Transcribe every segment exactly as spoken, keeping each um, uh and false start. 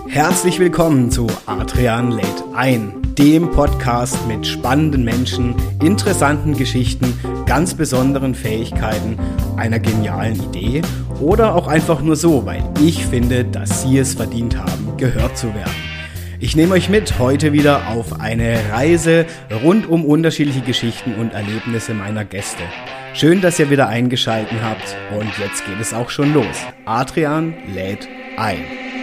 Herzlich willkommen zu Adrian lädt ein, dem Podcast mit spannenden Menschen, interessanten Geschichten, ganz besonderen Fähigkeiten, einer genialen Idee oder auch einfach nur so, weil ich finde, dass Sie es verdient haben, gehört zu werden. Ich nehme euch mit heute wieder auf eine Reise rund um unterschiedliche Geschichten und Erlebnisse meiner Gäste. Schön, dass ihr wieder eingeschaltet habt und jetzt geht es auch schon los. Adrian lädt ein.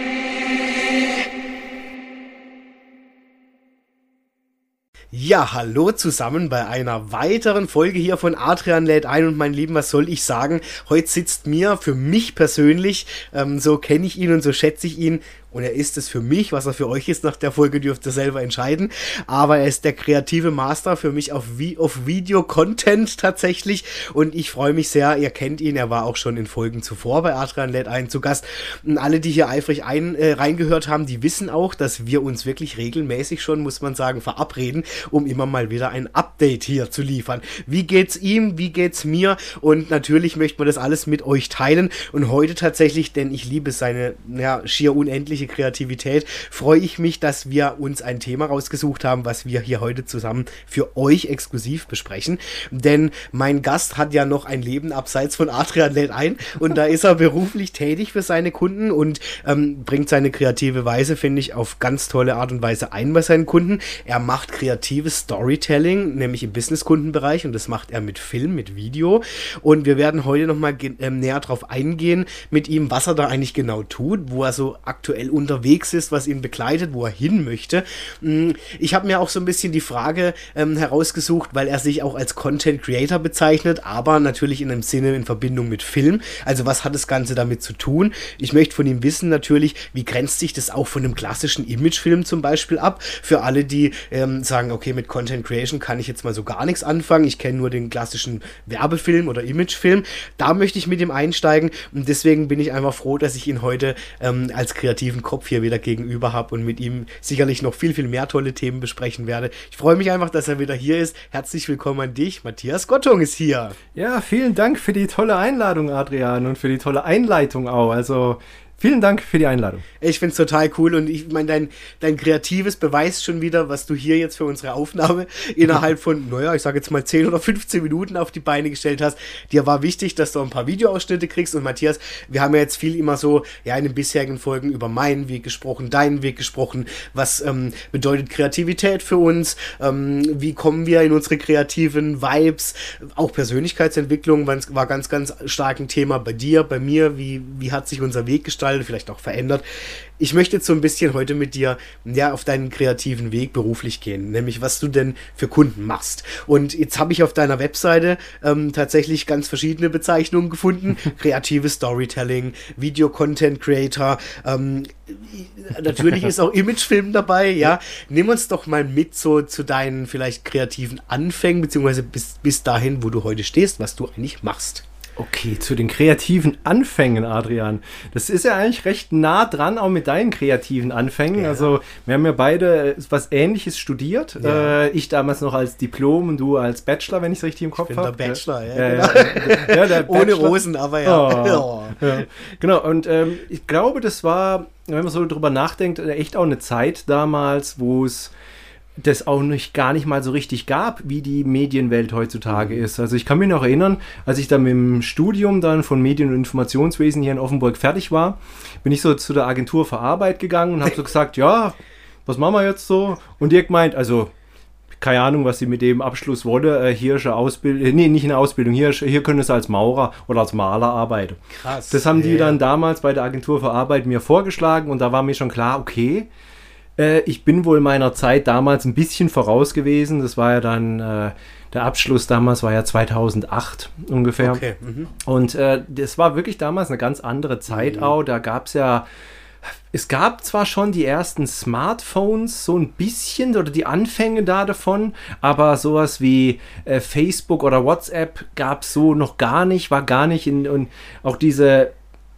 Ja, hallo zusammen bei einer weiteren Folge hier von Adrian lädt ein und mein Lieben, was soll ich sagen? Heute sitzt mir für mich persönlich, ähm, so kenne ich ihn und so schätze ich ihn, und er ist es für mich, was er für euch ist nach der Folge, dürft ihr selber entscheiden. Aber er ist der kreative Master für mich auf, Vi- auf Video-Content tatsächlich. Und ich freue mich sehr, ihr kennt ihn, er war auch schon in Folgen zuvor bei Adrian lädt ein zu Gast. Und alle, die hier eifrig ein, äh, reingehört haben, die wissen auch, dass wir uns wirklich regelmäßig schon, muss man sagen, verabreden, um immer mal wieder ein Update hier zu liefern. Wie geht's ihm, wie geht's mir? Und natürlich möchte man das alles mit euch teilen. Und heute tatsächlich, denn ich liebe seine ja, schier unendliche Kreativität, freue ich mich, dass wir uns ein Thema rausgesucht haben, was wir hier heute zusammen für euch exklusiv besprechen. Denn mein Gast hat ja noch ein Leben abseits von Adrian lädt ein und da ist er beruflich tätig für seine Kunden und ähm, bringt seine kreative Weise, finde ich, auf ganz tolle Art und Weise ein bei seinen Kunden. Er macht kreatives Storytelling, nämlich im Business-Kundenbereich, und das macht er mit Film, mit Video. Und wir werden heute nochmal ge- äh, näher drauf eingehen mit ihm, was er da eigentlich genau tut, wo er so aktuell unterwegs ist, was ihn begleitet, wo er hin möchte. Ich habe mir auch so ein bisschen die Frage ähm, herausgesucht, weil er sich auch als Content Creator bezeichnet, aber natürlich in einem Sinne in Verbindung mit Film. Also was hat das Ganze damit zu tun? Ich möchte von ihm wissen natürlich, wie grenzt sich das auch von einem klassischen Imagefilm zum Beispiel ab? Für alle, die ähm, sagen, okay, mit Content Creation kann ich jetzt mal so gar nichts anfangen. Ich kenne nur den klassischen Werbefilm oder Imagefilm. Da möchte ich mit ihm einsteigen und deswegen bin ich einfach froh, dass ich ihn heute ähm, als kreativen Kopf hier wieder gegenüber habe und mit ihm sicherlich noch viel, viel mehr tolle Themen besprechen werde. Ich freue mich einfach, dass er wieder hier ist. Herzlich willkommen an dich. Matthias Gottung ist hier. Ja, vielen Dank für die tolle Einladung, Adrian, und für die tolle Einleitung auch. Also vielen Dank für die Einladung. Ich finde es total cool und ich meine, dein, dein Kreatives beweist schon wieder, was du hier jetzt für unsere Aufnahme innerhalb von, naja, ich sage jetzt mal zehn oder fünfzehn Minuten auf die Beine gestellt hast. Dir war wichtig, dass du ein paar Videoausschnitte kriegst und Matthias, wir haben ja jetzt viel immer so, ja, in den bisherigen Folgen über meinen Weg gesprochen, deinen Weg gesprochen, was ähm, bedeutet Kreativität für uns, ähm, wie kommen wir in unsere kreativen Vibes, auch Persönlichkeitsentwicklung war ganz, ganz stark ein Thema bei dir, bei mir, wie, wie hat sich unser Weg gestaltet, vielleicht auch verändert. Ich möchte jetzt so ein bisschen heute mit dir ja, auf deinen kreativen Weg beruflich gehen, nämlich was du denn für Kunden machst. Und jetzt habe ich auf deiner Webseite ähm, tatsächlich ganz verschiedene Bezeichnungen gefunden. Kreatives Storytelling, Video-Content-Creator, ähm, natürlich ist auch Imagefilm dabei, ja. Nimm uns doch mal mit so zu deinen vielleicht kreativen Anfängen, beziehungsweise bis, bis dahin, wo du heute stehst, was du eigentlich machst. Okay, zu den kreativen Anfängen, Adrian. Das ist ja eigentlich recht nah dran, auch mit deinen kreativen Anfängen. Ja. Also wir haben ja beide was Ähnliches studiert. Ja. Äh, ich damals noch als Diplom und du als Bachelor, wenn ich es richtig im Kopf habe. Ich bin der Bachelor, ja. ja, ja, genau. ja der Ohne Rosen, aber ja. Oh. ja. Genau, und ähm, ich glaube, das war, wenn man so drüber nachdenkt, echt auch eine Zeit damals, wo es das auch nicht, gar nicht mal so richtig gab, wie die Medienwelt heutzutage ist. Also ich kann mich noch erinnern, als ich dann mit dem Studium dann von Medien- und Informationswesen hier in Offenburg fertig war, bin ich so zu der Agentur für Arbeit gegangen und habe so gesagt, ja, was machen wir jetzt so? Und die hat gemeint, also keine Ahnung, was sie mit dem Abschluss wollte, hier ist eine Ausbildung, nee, nicht eine Ausbildung, hier, hier können sie als Maurer oder als Maler arbeiten. Krass. Das haben die dann damals bei der Agentur für Arbeit mir vorgeschlagen und da war mir schon klar, okay, ich bin wohl meiner Zeit damals ein bisschen voraus gewesen. Das war ja dann, äh, der Abschluss damals war ja zweitausendacht ungefähr. Okay. Mhm. Und äh, das war wirklich damals eine ganz andere Zeit mhm. auch. Da gab es ja, es gab zwar schon die ersten Smartphones, so ein bisschen, oder die Anfänge da davon, aber sowas wie äh, Facebook oder WhatsApp gab es so noch gar nicht, war gar nicht in, und auch diese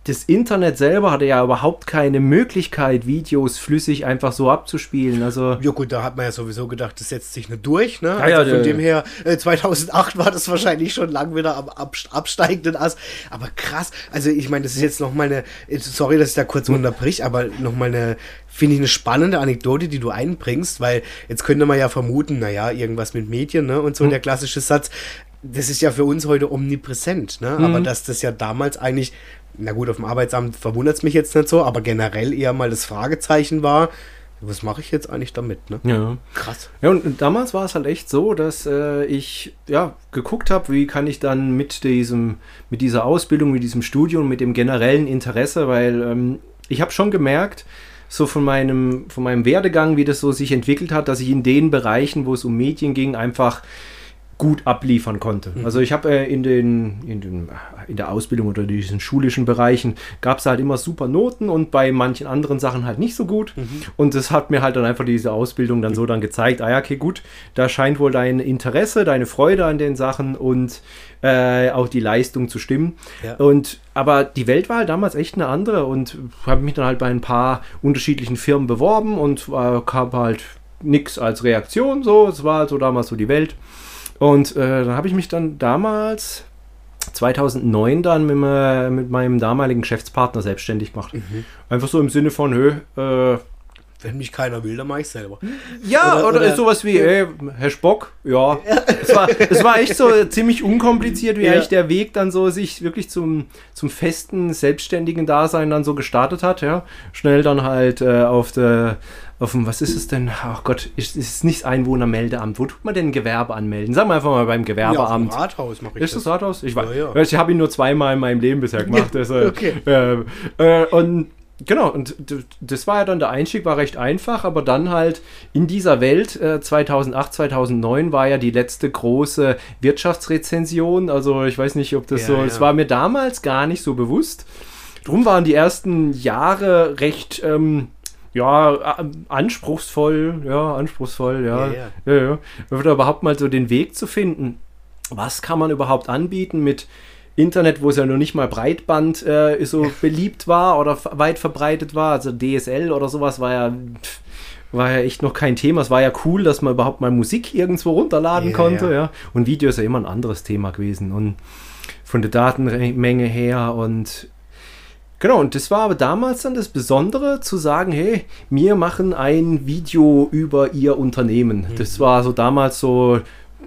das Internet selber hatte ja überhaupt keine Möglichkeit, Videos flüssig einfach so abzuspielen. Also ja gut, da hat man ja sowieso gedacht, das setzt sich nicht durch. Ne? Ja, ja, also von ja, dem her, äh, zweitausendacht war das wahrscheinlich schon lang wieder am ab, absteigenden Ast. Aber krass, also ich meine, das ist jetzt nochmal eine, sorry, dass ich da kurz unterbrich, aber nochmal eine, finde ich, eine spannende Anekdote, die du einbringst, weil jetzt könnte man ja vermuten, naja, irgendwas mit Medien, ne, und so Mhm. der klassische Satz, das ist ja für uns heute omnipräsent, ne, Mhm. aber dass das ja damals eigentlich, na gut, auf dem Arbeitsamt verwundert es mich jetzt nicht so, aber generell eher mal das Fragezeichen war, was mache ich jetzt eigentlich damit, ne? ja. Krass. Ja, und damals war es halt echt so, dass äh, ich ja geguckt habe, wie kann ich dann mit diesem, mit dieser Ausbildung, mit diesem Studium, mit dem generellen Interesse, weil ähm, ich habe schon gemerkt, so von meinem, von meinem Werdegang, wie das so sich entwickelt hat, dass ich in den Bereichen, wo es um Medien ging, einfach gut abliefern konnte. Mhm. Also ich habe äh, in, den, in, den, in der Ausbildung oder diesen schulischen Bereichen gab es halt immer super Noten und bei manchen anderen Sachen halt nicht so gut. Mhm. Und das hat mir halt dann einfach diese Ausbildung dann so dann gezeigt, ah ja, okay, gut, da scheint wohl dein Interesse, deine Freude an den Sachen und äh, auch die Leistung zu stimmen. Ja. Und aber die Welt war halt damals echt eine andere und habe mich dann halt bei ein paar unterschiedlichen Firmen beworben und äh, kam halt nichts als Reaktion, so, es war halt so damals so die Welt. Und äh, dann habe ich mich dann damals, zweitausendneun dann mit, me- mit meinem damaligen Geschäftspartner selbstständig gemacht. Mhm. Einfach so im Sinne von, hö, äh, Wenn mich keiner will, dann mache ich selber. ja, Oder- oder, oder- sowas wie, ey, Herr Spock, ja. Es war, es war echt so ziemlich unkompliziert, wie Ja. eigentlich der Weg dann so sich wirklich zum, zum festen, selbstständigen Dasein dann so gestartet hat, ja. Schnell dann halt äh, auf der, auf dem, was ist es denn? Ach Gott, ist, ist es nicht das Einwohnermeldeamt? Wo tut man denn ein Gewerbe anmelden? Sagen wir einfach mal beim Ja, auf dem Gewerbeamt. Rathaus mache ich Ist das Rathaus? Ich weiß. Ja, ja. Ich habe ihn nur zweimal in meinem Leben bisher gemacht. Ja, deshalb, okay. äh, äh, und genau, und d- das war ja dann der Einstieg, war recht einfach, aber dann halt in dieser Welt, äh, zweitausendacht, zweitausendneun war ja die letzte große Wirtschaftsrezension. Also ich weiß nicht, ob das Ja, so, ja. es war mir damals gar nicht so bewusst. Drum waren die ersten Jahre recht, ähm, ja, a- anspruchsvoll, ja, anspruchsvoll, ja. Ja, ja, ja. Oder überhaupt mal so den Weg zu finden, was kann man überhaupt anbieten mit Internet, wo es ja noch nicht mal Breitband äh, so beliebt war oder f- weit verbreitet war, also D S L oder sowas war ja, pff, war ja echt noch kein Thema. Es war ja cool, dass man überhaupt mal Musik irgendwo runterladen Ja, konnte, ja. ja. Und Video ist ja immer ein anderes Thema gewesen und von der Datenmenge her und genau, und das war aber damals dann das Besondere, zu sagen, hey, wir machen ein Video über ihr Unternehmen. Mhm. Das war so damals so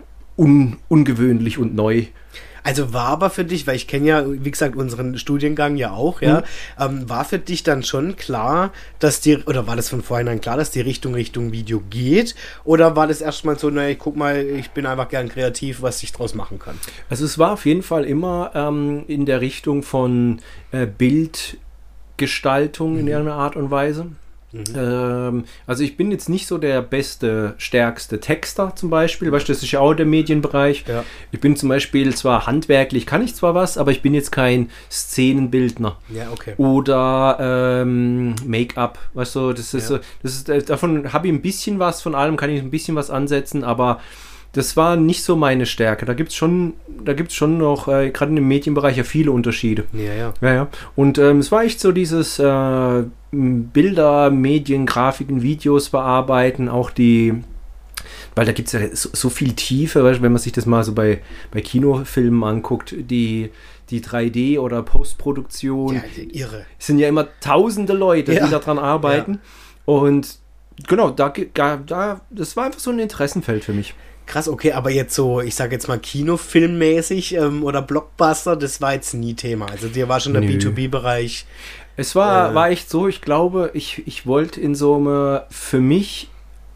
un ungewöhnlich und neu. Also war aber für dich, weil ich kenne ja, wie gesagt, unseren Studiengang ja auch, ja, Mhm. ähm, war für dich dann schon klar, dass die, oder war das von vornherein klar, dass die Richtung Richtung Video geht? Oder war das erstmal so, naja, guck mal, ich bin einfach gern kreativ, was ich draus machen kann? Also es war auf jeden Fall immer ähm, in der Richtung von äh, Bildgestaltung in irgendeiner Art und Weise. Mhm. Ähm, also ich bin jetzt nicht so der beste, stärkste Texter zum Beispiel, weißt du, das ist ja auch der Medienbereich. Ja. Ich bin zum Beispiel zwar handwerklich, kann ich zwar was, aber ich bin jetzt kein Szenenbildner. Ja, okay. Oder ähm, Make-up, weißt du, das ist, Ja. so, das ist äh, davon habe ich ein bisschen was, von allem kann ich ein bisschen was ansetzen, aber das war nicht so meine Stärke. Da gibt es schon, da gibt's schon noch, äh, gerade im Medienbereich, ja viele Unterschiede. Ja, ja. Ja, ja. Und ähm, es war echt so dieses äh, Bilder, Medien, Grafiken, Videos bearbeiten, auch die, weil da gibt es ja so, so viel Tiefe, weißt, du, wenn man sich das mal so bei, bei Kinofilmen anguckt, die, die drei D- oder Postproduktion, Ja, irre. es sind ja immer tausende Leute, Ja. die daran arbeiten. Und genau, da, ge- da, da, das war einfach so ein Interessenfeld für mich. Krass, okay, aber jetzt so, ich sag jetzt mal Kinofilmmäßig ähm, oder Blockbuster, das war jetzt nie Thema. Also dir war schon der Nö. B zwei B-Bereich. Es war, Äh. war echt so, ich glaube, ich, ich wollte in so einem für mich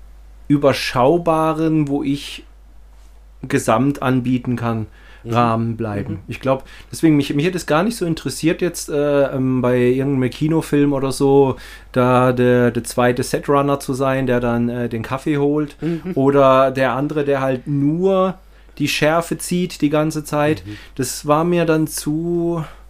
überschaubaren, wo ich gesamt anbieten kann, Rahmen bleiben. Ich glaube, deswegen, mich, mich hätte es gar nicht so interessiert jetzt äh, ähm, bei irgendeinem Kinofilm oder so, da der, der zweite Setrunner zu sein, der dann äh, den Kaffee holt oder der andere, der halt nur die Schärfe zieht die ganze Zeit. Das war mir dann zu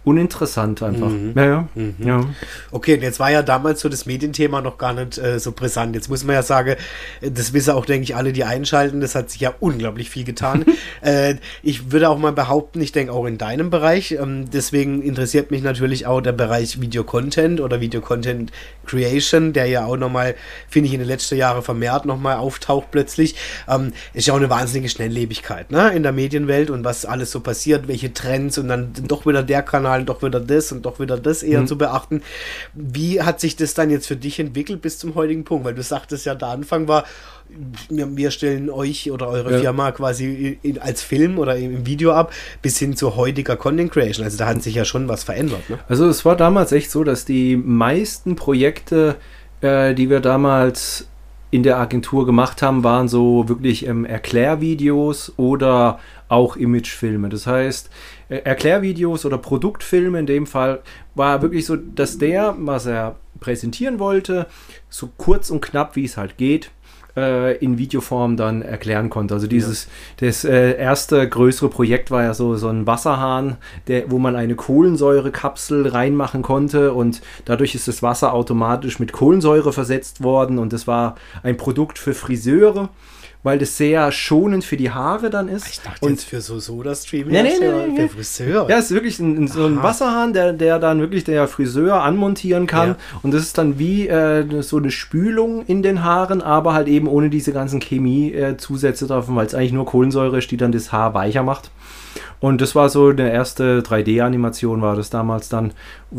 uninteressant einfach. Mhm. Ja, ja. Mhm. ja. Okay, und jetzt war ja damals so das Medienthema noch gar nicht äh, so brisant. Jetzt muss man ja sagen, das wissen auch, denke ich, alle, die einschalten, das hat sich ja unglaublich viel getan. äh, ich würde auch mal behaupten, ich denke auch in deinem Bereich, ähm, deswegen interessiert mich natürlich auch der Bereich Video-Content oder Video-Content-Creation, der ja auch nochmal, finde ich, in den letzten Jahren vermehrt nochmal auftaucht plötzlich. Ähm, ist ja auch eine wahnsinnige Schnelllebigkeit, ne, in der Medienwelt und was alles so passiert, welche Trends und dann doch wieder der Kanal, doch wieder das und doch wieder das eher mhm. zu beachten. Wie hat sich das dann jetzt für dich entwickelt bis zum heutigen Punkt? Weil du sagtest ja, der Anfang war, wir, wir stellen euch oder eure ja. Firma quasi in, als Film oder im Video ab, bis hin zu heutiger Content Creation. Also da hat sich ja schon was verändert. Ne? Also es war damals echt so, dass die meisten Projekte, äh, die wir damals in der Agentur gemacht haben, waren so wirklich ähm, Erklärvideos oder auch Imagefilme. Das heißt, äh, Erklärvideos oder Produktfilme in dem Fall war wirklich so, dass der, was er präsentieren wollte, so kurz und knapp, wie es halt geht, äh, in Videoform dann erklären konnte. Also dieses, ja. das äh, erste größere Projekt war ja so, so ein Wasserhahn, der, wo man eine Kohlensäurekapsel reinmachen konnte und dadurch ist das Wasser automatisch mit Kohlensäure versetzt worden und das war ein Produkt für Friseure, weil das sehr schonend für die Haare dann ist. Ich dachte und jetzt für so Soda-Stream, nee, nee, nee, nee, für Friseur. Ja, es ist wirklich ein, so ein Aha. Wasserhahn, der, der dann wirklich der Friseur anmontieren kann. Ja. Und das ist dann wie äh, so eine Spülung in den Haaren, aber halt eben ohne diese ganzen Chemie-Zusätze äh, drauf, weil es eigentlich nur Kohlensäure ist, die dann das Haar weicher macht. Und das war so eine erste drei D-Animation war das damals dann,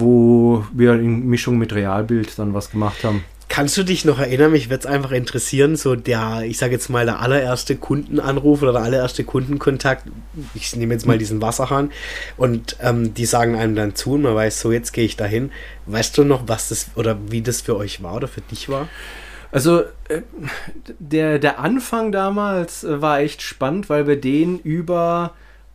wo wir in Mischung mit Realbild dann was gemacht haben. Kannst du dich noch erinnern, mich würde es einfach interessieren, so der, ich sage jetzt mal, der allererste Kundenanruf oder der allererste Kundenkontakt, ich nehme jetzt mal diesen Wasserhahn und ähm, die sagen einem dann zu und man weiß, so jetzt gehe ich dahin. Weißt du noch, was das oder wie das für euch war oder für dich war? Also äh, der, der Anfang damals äh, war echt spannend, weil wir den über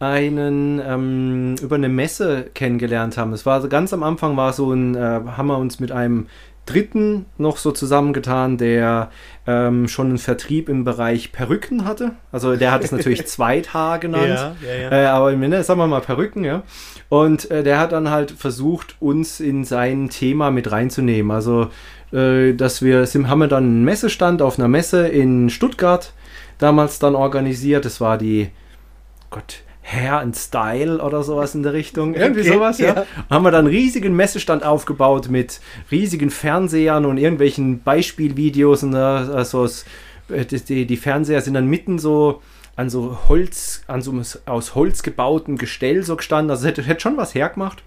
einen ähm, über eine Messe kennengelernt haben. Es war ganz am Anfang war so ein, äh, haben wir uns mit einem Dritten noch so zusammengetan, der ähm, schon einen Vertrieb im Bereich Perücken hatte. Also der hat es natürlich Zweithaar genannt, ja, ja, ja. Äh, aber im Ende, sagen wir mal Perücken, ja. Und äh, der hat dann halt versucht, uns in sein Thema mit reinzunehmen. Also, äh, dass wir, haben wir dann einen Messestand auf einer Messe in Stuttgart damals dann organisiert. Das war die, Gott, Hair and Style oder sowas in der Richtung. Irgendwie okay, sowas, ja. ja. Haben wir dann einen riesigen Messestand aufgebaut mit riesigen Fernsehern und irgendwelchen Beispielvideos. Und also die, die Fernseher sind dann mitten so an so Holz, an so aus Holz gebautem Gestell so gestanden. Also hätte, hätte schon was hergemacht.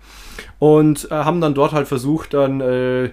Und äh, haben dann dort halt versucht, dann äh,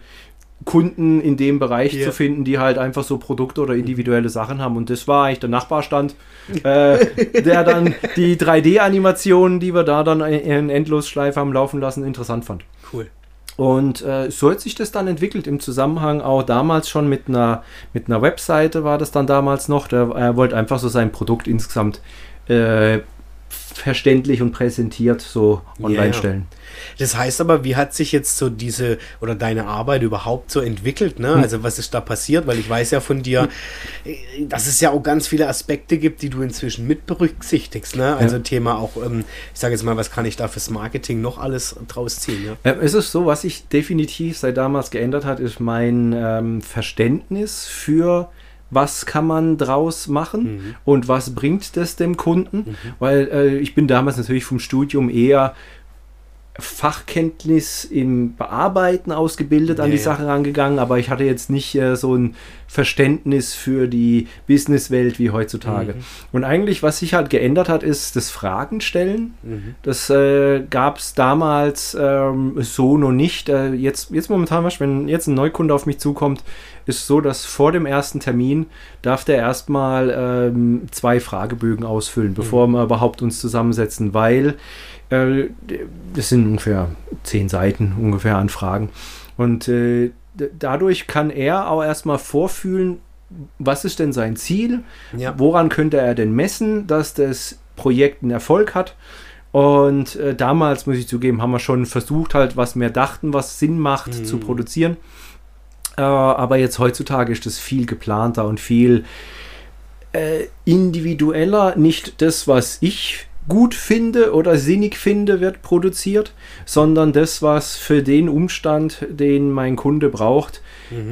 Kunden in dem Bereich yeah. zu finden, die halt einfach so Produkte oder individuelle Sachen haben. Und das war eigentlich der Nachbarstand, äh, der dann die drei D-Animationen, die wir da dann in Endlosschleife haben laufen lassen, interessant fand. Cool. Und äh, so hat sich das dann entwickelt im Zusammenhang auch damals schon mit einer, mit einer Webseite war das dann damals noch. Der, er wollte einfach so sein Produkt insgesamt äh, verständlich und präsentiert so online yeah. stellen. Das heißt aber, wie hat sich jetzt so diese oder deine Arbeit überhaupt so entwickelt, ne? Hm. Also was ist da passiert? Weil ich weiß ja von dir, hm. dass es ja auch ganz viele Aspekte gibt, die du inzwischen mit berücksichtigst, ne? Also ja. Thema auch, ähm, ich sage jetzt mal, was kann ich da fürs Marketing noch alles draus ziehen, ja? Äh, es ist so, was sich definitiv seit damals geändert hat, ist mein ähm, Verständnis für was kann man draus machen mhm. und was bringt das dem Kunden, mhm. weil äh, ich bin damals natürlich vom Studium eher Fachkenntnis im Bearbeiten ausgebildet, an ja, die ja. Sache rangegangen, aber ich hatte jetzt nicht äh, so ein Verständnis für die Businesswelt wie heutzutage. Mhm. Und eigentlich, was sich halt geändert hat, ist das Fragen stellen. Mhm. Das äh, gab es damals ähm, so noch nicht. Äh, jetzt, jetzt momentan, wenn jetzt ein Neukunde auf mich zukommt, ist so, dass vor dem ersten Termin darf der erstmal ähm, zwei Fragebögen ausfüllen, bevor mhm. wir überhaupt uns zusammensetzen, weil äh, das sind ungefähr zehn Seiten ungefähr an Fragen. Und äh, d- dadurch kann er auch erstmal vorfühlen, was ist denn sein Ziel, ja. woran könnte er denn messen, dass das Projekt einen Erfolg hat. Und äh, damals, muss ich zugeben, haben wir schon versucht, halt, was wir dachten, was Sinn macht, mhm. zu produzieren. Äh, aber jetzt heutzutage ist das viel geplanter und viel äh, individueller. Nicht das, was ich gut finde oder sinnig finde, wird produziert, sondern das, was für den Umstand, den mein Kunde braucht, mhm.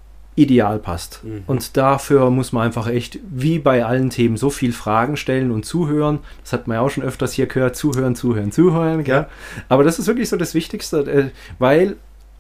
ideal passt. Mhm. Und dafür muss man einfach echt, wie bei allen Themen, so viel Fragen stellen und zuhören. Das hat man ja auch schon öfters hier gehört, zuhören, zuhören, zuhören. Gell? Ja. Aber das ist wirklich so das Wichtigste, weil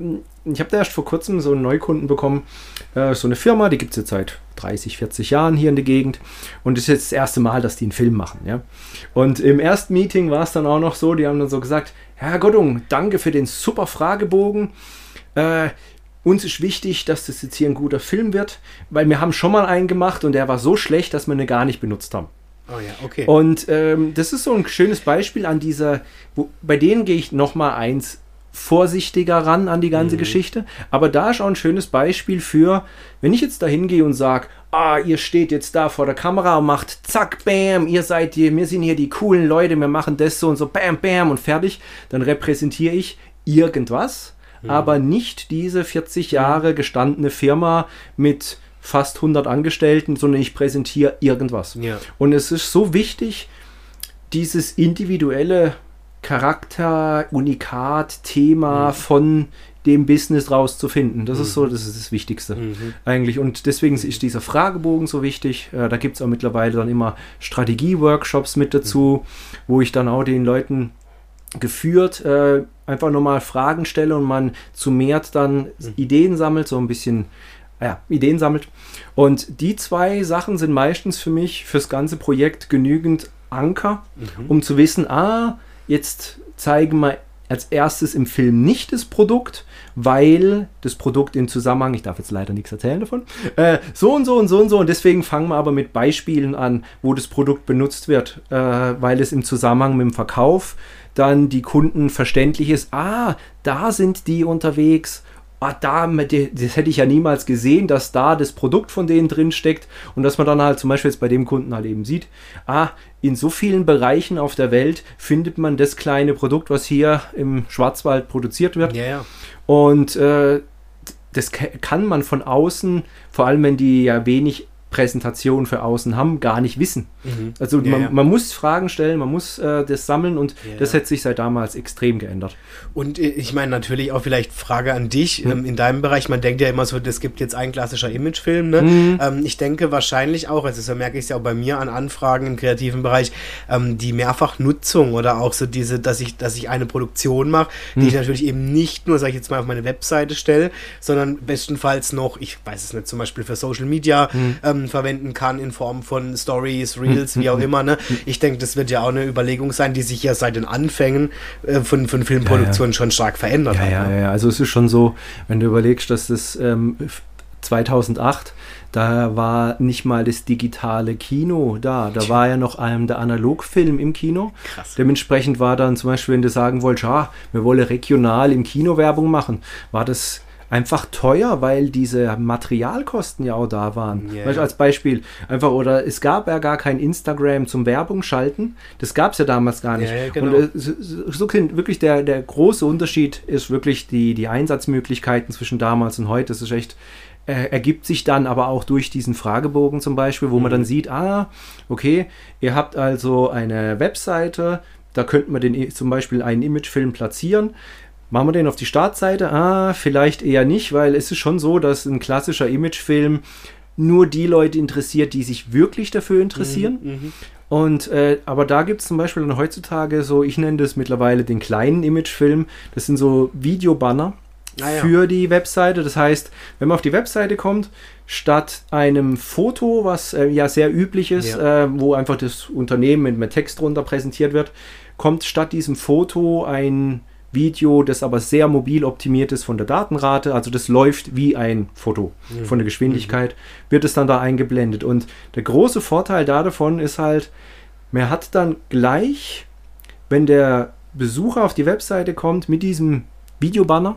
ich habe da erst vor kurzem so einen Neukunden bekommen, äh, so eine Firma, die gibt es jetzt seit dreißig, vierzig Jahren hier in der Gegend und es ist jetzt das erste Mal, dass die einen Film machen. Ja? Und im ersten Meeting war es dann auch noch so, die haben dann so gesagt, Herr Gottung, danke für den super Fragebogen. Äh, uns ist wichtig, dass das jetzt hier ein guter Film wird, weil wir haben schon mal einen gemacht und der war so schlecht, dass wir ihn gar nicht benutzt haben. Oh ja, okay. Und ähm, das ist so ein schönes Beispiel an dieser, wo, bei denen gehe ich nochmal eins vorsichtiger ran an die ganze mhm. Geschichte. Aber da ist auch ein schönes Beispiel für, wenn ich jetzt da hingehe und sage, ah, ihr steht jetzt da vor der Kamera und macht zack, bam, ihr seid hier, wir sind hier die coolen Leute, wir machen das so und so, bam, bam und fertig, dann repräsentiere ich irgendwas, mhm. aber nicht diese vierzig Jahre gestandene Firma mit fast hundert Angestellten, sondern ich präsentiere irgendwas. Ja. Und es ist so wichtig, dieses individuelle Charakter, Unikat, Thema mhm. von dem Business rauszufinden. Das mhm. ist so, das ist das Wichtigste mhm. eigentlich. Und deswegen ist dieser Fragebogen so wichtig. Äh, da gibt es auch mittlerweile dann immer Strategie-Workshops mit dazu, mhm. wo ich dann auch den Leuten geführt äh, einfach nochmal Fragen stelle und man zu mehr dann mhm. Ideen sammelt, so ein bisschen ja, Ideen sammelt. Und die zwei Sachen sind meistens für mich fürs ganze Projekt genügend Anker, mhm. um zu wissen, ah, jetzt zeigen wir als erstes im Film nicht das Produkt, weil das Produkt im Zusammenhang, ich darf jetzt leider nichts erzählen davon, äh, so und so und so und so und deswegen fangen wir aber mit Beispielen an, wo das Produkt benutzt wird, äh, weil es im Zusammenhang mit dem Verkauf dann die Kunden verständlich ist, ah, da sind die unterwegs, ah, da, das hätte ich ja niemals gesehen, dass da das Produkt von denen drin steckt und dass man dann halt zum Beispiel jetzt bei dem Kunden halt eben sieht, ah, in so vielen Bereichen auf der Welt findet man das kleine Produkt, was hier im Schwarzwald produziert wird. Ja, ja. Und äh, das kann man von außen, vor allem wenn die ja wenig Präsentation für außen haben, gar nicht wissen. Mhm. Also ja, man, ja. man muss Fragen stellen, man muss äh, das sammeln und ja, das hat sich seit damals extrem geändert. Und ich meine natürlich auch vielleicht Frage an dich, mhm. ähm, in deinem Bereich, man denkt ja immer so, es gibt jetzt ein klassischer Imagefilm, ne? Mhm. Ähm, ich denke wahrscheinlich auch, also so merke ich es ja auch bei mir an Anfragen im kreativen Bereich, ähm, die Mehrfachnutzung oder auch so diese, dass ich, dass ich eine Produktion mache, die mhm. ich natürlich eben nicht nur, sag ich jetzt mal, auf meine Webseite stelle, sondern bestenfalls noch, ich weiß es nicht, zum Beispiel für Social Media mhm. ähm, verwenden kann in Form von Stories, Reels, wie auch immer. Ne? Ich denke, das wird ja auch eine Überlegung sein, die sich ja seit den Anfängen äh, von, von Filmproduktionen ja, ja. schon stark verändert ja, hat. Ja, ne? ja, also es ist schon so, wenn du überlegst, dass das ähm, zweitausendacht, da war nicht mal das digitale Kino da. Da war ja noch ähm, der Analogfilm im Kino. Krass. Dementsprechend war dann zum Beispiel, wenn du sagen wolltest, ah, wir wollen regional im Kino Werbung machen, war das einfach teuer, weil diese Materialkosten ja auch da waren. Yeah. Weißt, als Beispiel, einfach, oder es gab ja gar kein Instagram zum Werbung schalten. Das gab es ja damals gar nicht. Yeah, genau. Und äh, so, so wirklich der, der große Unterschied ist wirklich die, die Einsatzmöglichkeiten zwischen damals und heute. Das ist echt, äh, ergibt sich dann aber auch durch diesen Fragebogen zum Beispiel, wo mhm. man dann sieht, ah, okay, ihr habt also eine Webseite, da könnte man den zum Beispiel einen Imagefilm platzieren. Machen wir den auf die Startseite? Ah, vielleicht eher nicht, weil es ist schon so, dass ein klassischer Imagefilm nur die Leute interessiert, die sich wirklich dafür interessieren. Mhm, mh. Und äh, aber da gibt es zum Beispiel dann heutzutage so, ich nenne das mittlerweile den kleinen Imagefilm, das sind so Videobanner ah, ja. für die Webseite. Das heißt, wenn man auf die Webseite kommt, statt einem Foto, was äh, ja sehr üblich ist, ja. äh, wo einfach das Unternehmen mit, mit Text drunter präsentiert wird, kommt statt diesem Foto ein Video, das aber sehr mobil optimiert ist von der Datenrate, also das läuft wie ein Foto mhm. von der Geschwindigkeit, mhm. wird es dann da eingeblendet. Und der große Vorteil da davon ist halt, man hat dann gleich, wenn der Besucher auf die Webseite kommt mit diesem Videobanner,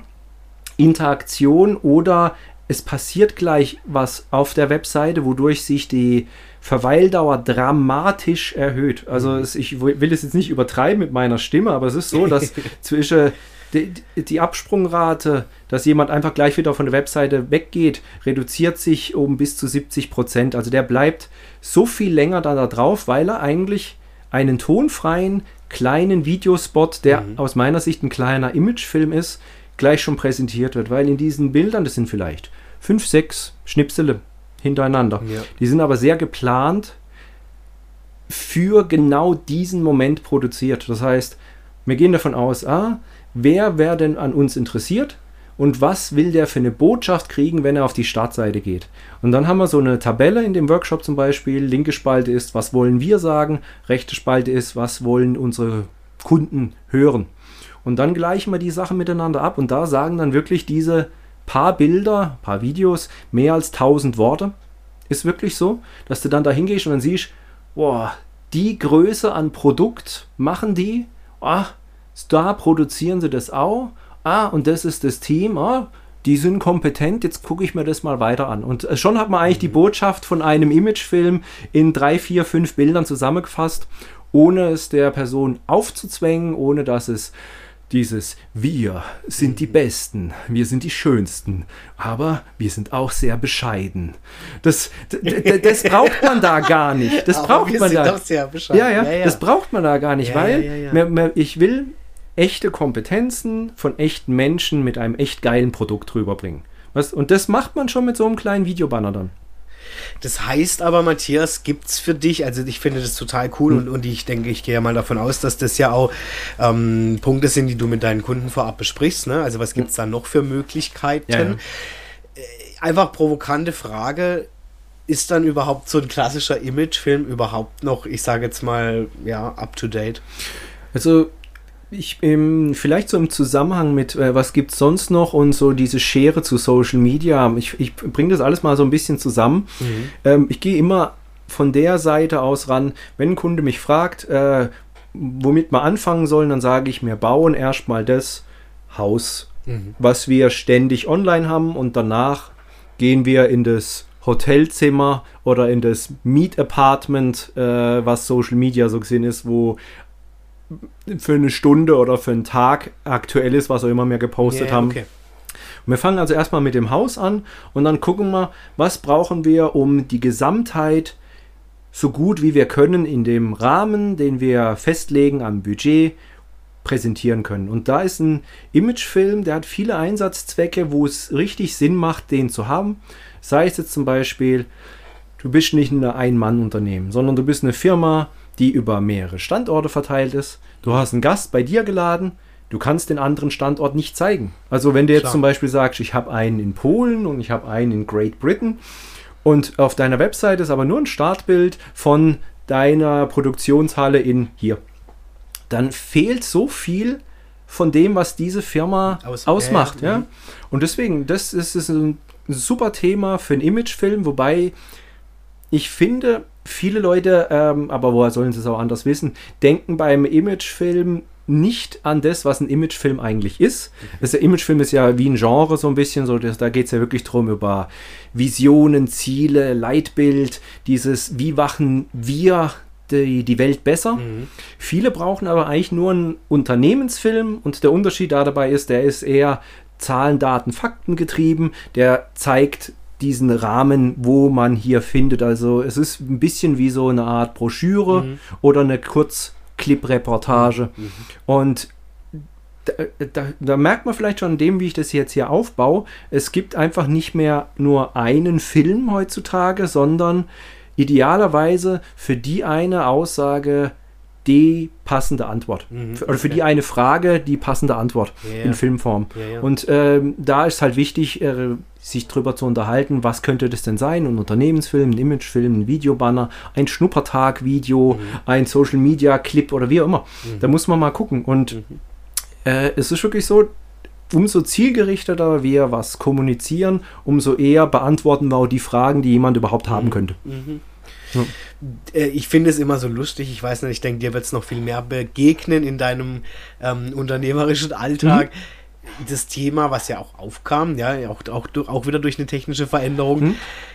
Interaktion oder es passiert gleich was auf der Webseite, wodurch sich die Verweildauer dramatisch erhöht. Also es, ich will es jetzt nicht übertreiben mit meiner Stimme, aber es ist so, dass zwischen die, die Absprungrate, dass jemand einfach gleich wieder von der Webseite weggeht, reduziert sich um bis zu siebzig Prozent. Also der bleibt so viel länger da, da drauf, weil er eigentlich einen tonfreien, kleinen Videospot, der Mhm. aus meiner Sicht ein kleiner Imagefilm ist, gleich schon präsentiert wird. Weil in diesen Bildern, das sind vielleicht fünf, sechs Schnipsele hintereinander. Ja. Die sind aber sehr geplant für genau diesen Moment produziert. Das heißt, wir gehen davon aus, ah, wer wäre denn an uns interessiert und was will der für eine Botschaft kriegen, wenn er auf die Startseite geht. Und dann haben wir so eine Tabelle in dem Workshop zum Beispiel. Linke Spalte ist, was wollen wir sagen? Rechte Spalte ist, was wollen unsere Kunden hören? Und dann gleichen wir die Sachen miteinander ab und da sagen dann wirklich diese paar Bilder, paar Videos, mehr als tausend Worte. Ist wirklich so, dass du dann da hingehst und dann siehst, boah, die Größe an Produkt machen die, ah, da produzieren sie das auch, ah, und das ist das Team, ah, die sind kompetent, jetzt gucke ich mir das mal weiter an. Und schon hat man eigentlich die Botschaft von einem Imagefilm in drei, vier, fünf Bildern zusammengefasst, ohne es der Person aufzuzwängen, ohne dass es dieses wir sind die Besten, wir sind die Schönsten, aber wir sind auch sehr bescheiden. Das, d- d- das braucht man da gar nicht. Das Aber braucht wir man sind da. doch sehr bescheiden. Ja, ja, Ja, ja. das braucht man da gar nicht, Ja, weil ja, ja, ja. mir- mir- ich will echte Kompetenzen von echten Menschen mit einem echt geilen Produkt rüberbringen. Was? Und das macht man schon mit so einem kleinen Videobanner dann. Das heißt aber, Matthias, gibt's für dich, also ich finde das total cool Hm. und, und ich denke, ich gehe ja mal davon aus, dass das ja auch ähm, Punkte sind, die du mit deinen Kunden vorab besprichst, ne? Also was gibt's da noch für Möglichkeiten? Ja, ja. Äh, Einfach provokante Frage, ist dann überhaupt so ein klassischer Imagefilm überhaupt noch, ich sage jetzt mal, ja, up to date? Also ich ähm, vielleicht so im Zusammenhang mit, äh, was gibt es sonst noch und so diese Schere zu Social Media. Ich, ich bringe das alles mal so ein bisschen zusammen. Mhm. Ähm, ich gehe immer von der Seite aus ran, wenn ein Kunde mich fragt, äh, womit wir anfangen sollen, dann sage ich, wir bauen erstmal das Haus, Mhm. was wir ständig online haben und danach gehen wir in das Hotelzimmer oder in das Mietapartment, äh, was Social Media so gesehen ist, wo für eine Stunde oder für einen Tag aktuell ist, was auch immer wir gepostet Ja, haben. okay. Und wir fangen also erstmal mit dem Haus an und dann gucken wir, was brauchen wir, um die Gesamtheit so gut wie wir können in dem Rahmen, den wir festlegen am Budget, präsentieren können. Und da ist ein Imagefilm, der hat viele Einsatzzwecke, wo es richtig Sinn macht, den zu haben. Sei es jetzt zum Beispiel, du bist nicht ein Ein-Mann-Unternehmen, sondern du bist eine Firma, die über mehrere Standorte verteilt ist. Du hast einen Gast bei dir geladen, du kannst den anderen Standort nicht zeigen. Also wenn du jetzt Klar. zum Beispiel sagst, ich habe einen in Polen und ich habe einen in Great Britain und auf deiner Website ist aber nur ein Startbild von deiner Produktionshalle in hier, dann fehlt so viel von dem, was diese Firma Aus- ausmacht. ja, Ja? mhm. Und deswegen, das ist, ist ein super Thema für einen Imagefilm, wobei ich finde, viele Leute, ähm, aber woher sollen sie es auch anders wissen, denken beim Imagefilm nicht an das, was ein Imagefilm eigentlich ist. Das der Imagefilm ist ja wie ein Genre so ein bisschen, so, das, da geht es ja wirklich drum über Visionen, Ziele, Leitbild, dieses, wie machen wir die, die Welt besser. Mhm. Viele brauchen aber eigentlich nur einen Unternehmensfilm und der Unterschied da dabei ist, der ist eher Zahlen, Daten, Fakten getrieben, der zeigt diesen Rahmen, wo man hier findet. Also es ist ein bisschen wie so eine Art Broschüre Mhm. oder eine Kurzclip-Reportage. Mhm. Und da, da, da merkt man vielleicht schon an dem, wie ich das jetzt hier aufbaue, es gibt einfach nicht mehr nur einen Film heutzutage, sondern idealerweise für die eine Aussage die passende Antwort. Mhm, Für, oder für okay. die eine Frage die passende Antwort Ja, ja. in Filmform. Ja, ja. Und ähm, da ist halt wichtig, äh, sich drüber zu unterhalten, was könnte das denn sein? Ein Unternehmensfilm, ein Imagefilm, ein Videobanner, ein Schnuppertag-Video, ein Social-Media-Clip oder wie auch immer. Da muss man mal gucken. Und Mhm. äh, es ist wirklich so, umso zielgerichteter wir was kommunizieren, umso eher beantworten wir auch die Fragen, die jemand überhaupt haben könnte. Mhm. Ja. Äh, Ich finde es immer so lustig, ich weiß nicht, ich denke, dir wird es noch viel mehr begegnen in deinem ähm, unternehmerischen Alltag. Das Thema, was ja auch aufkam, ja, auch, auch, auch wieder durch eine technische Veränderung, Mhm.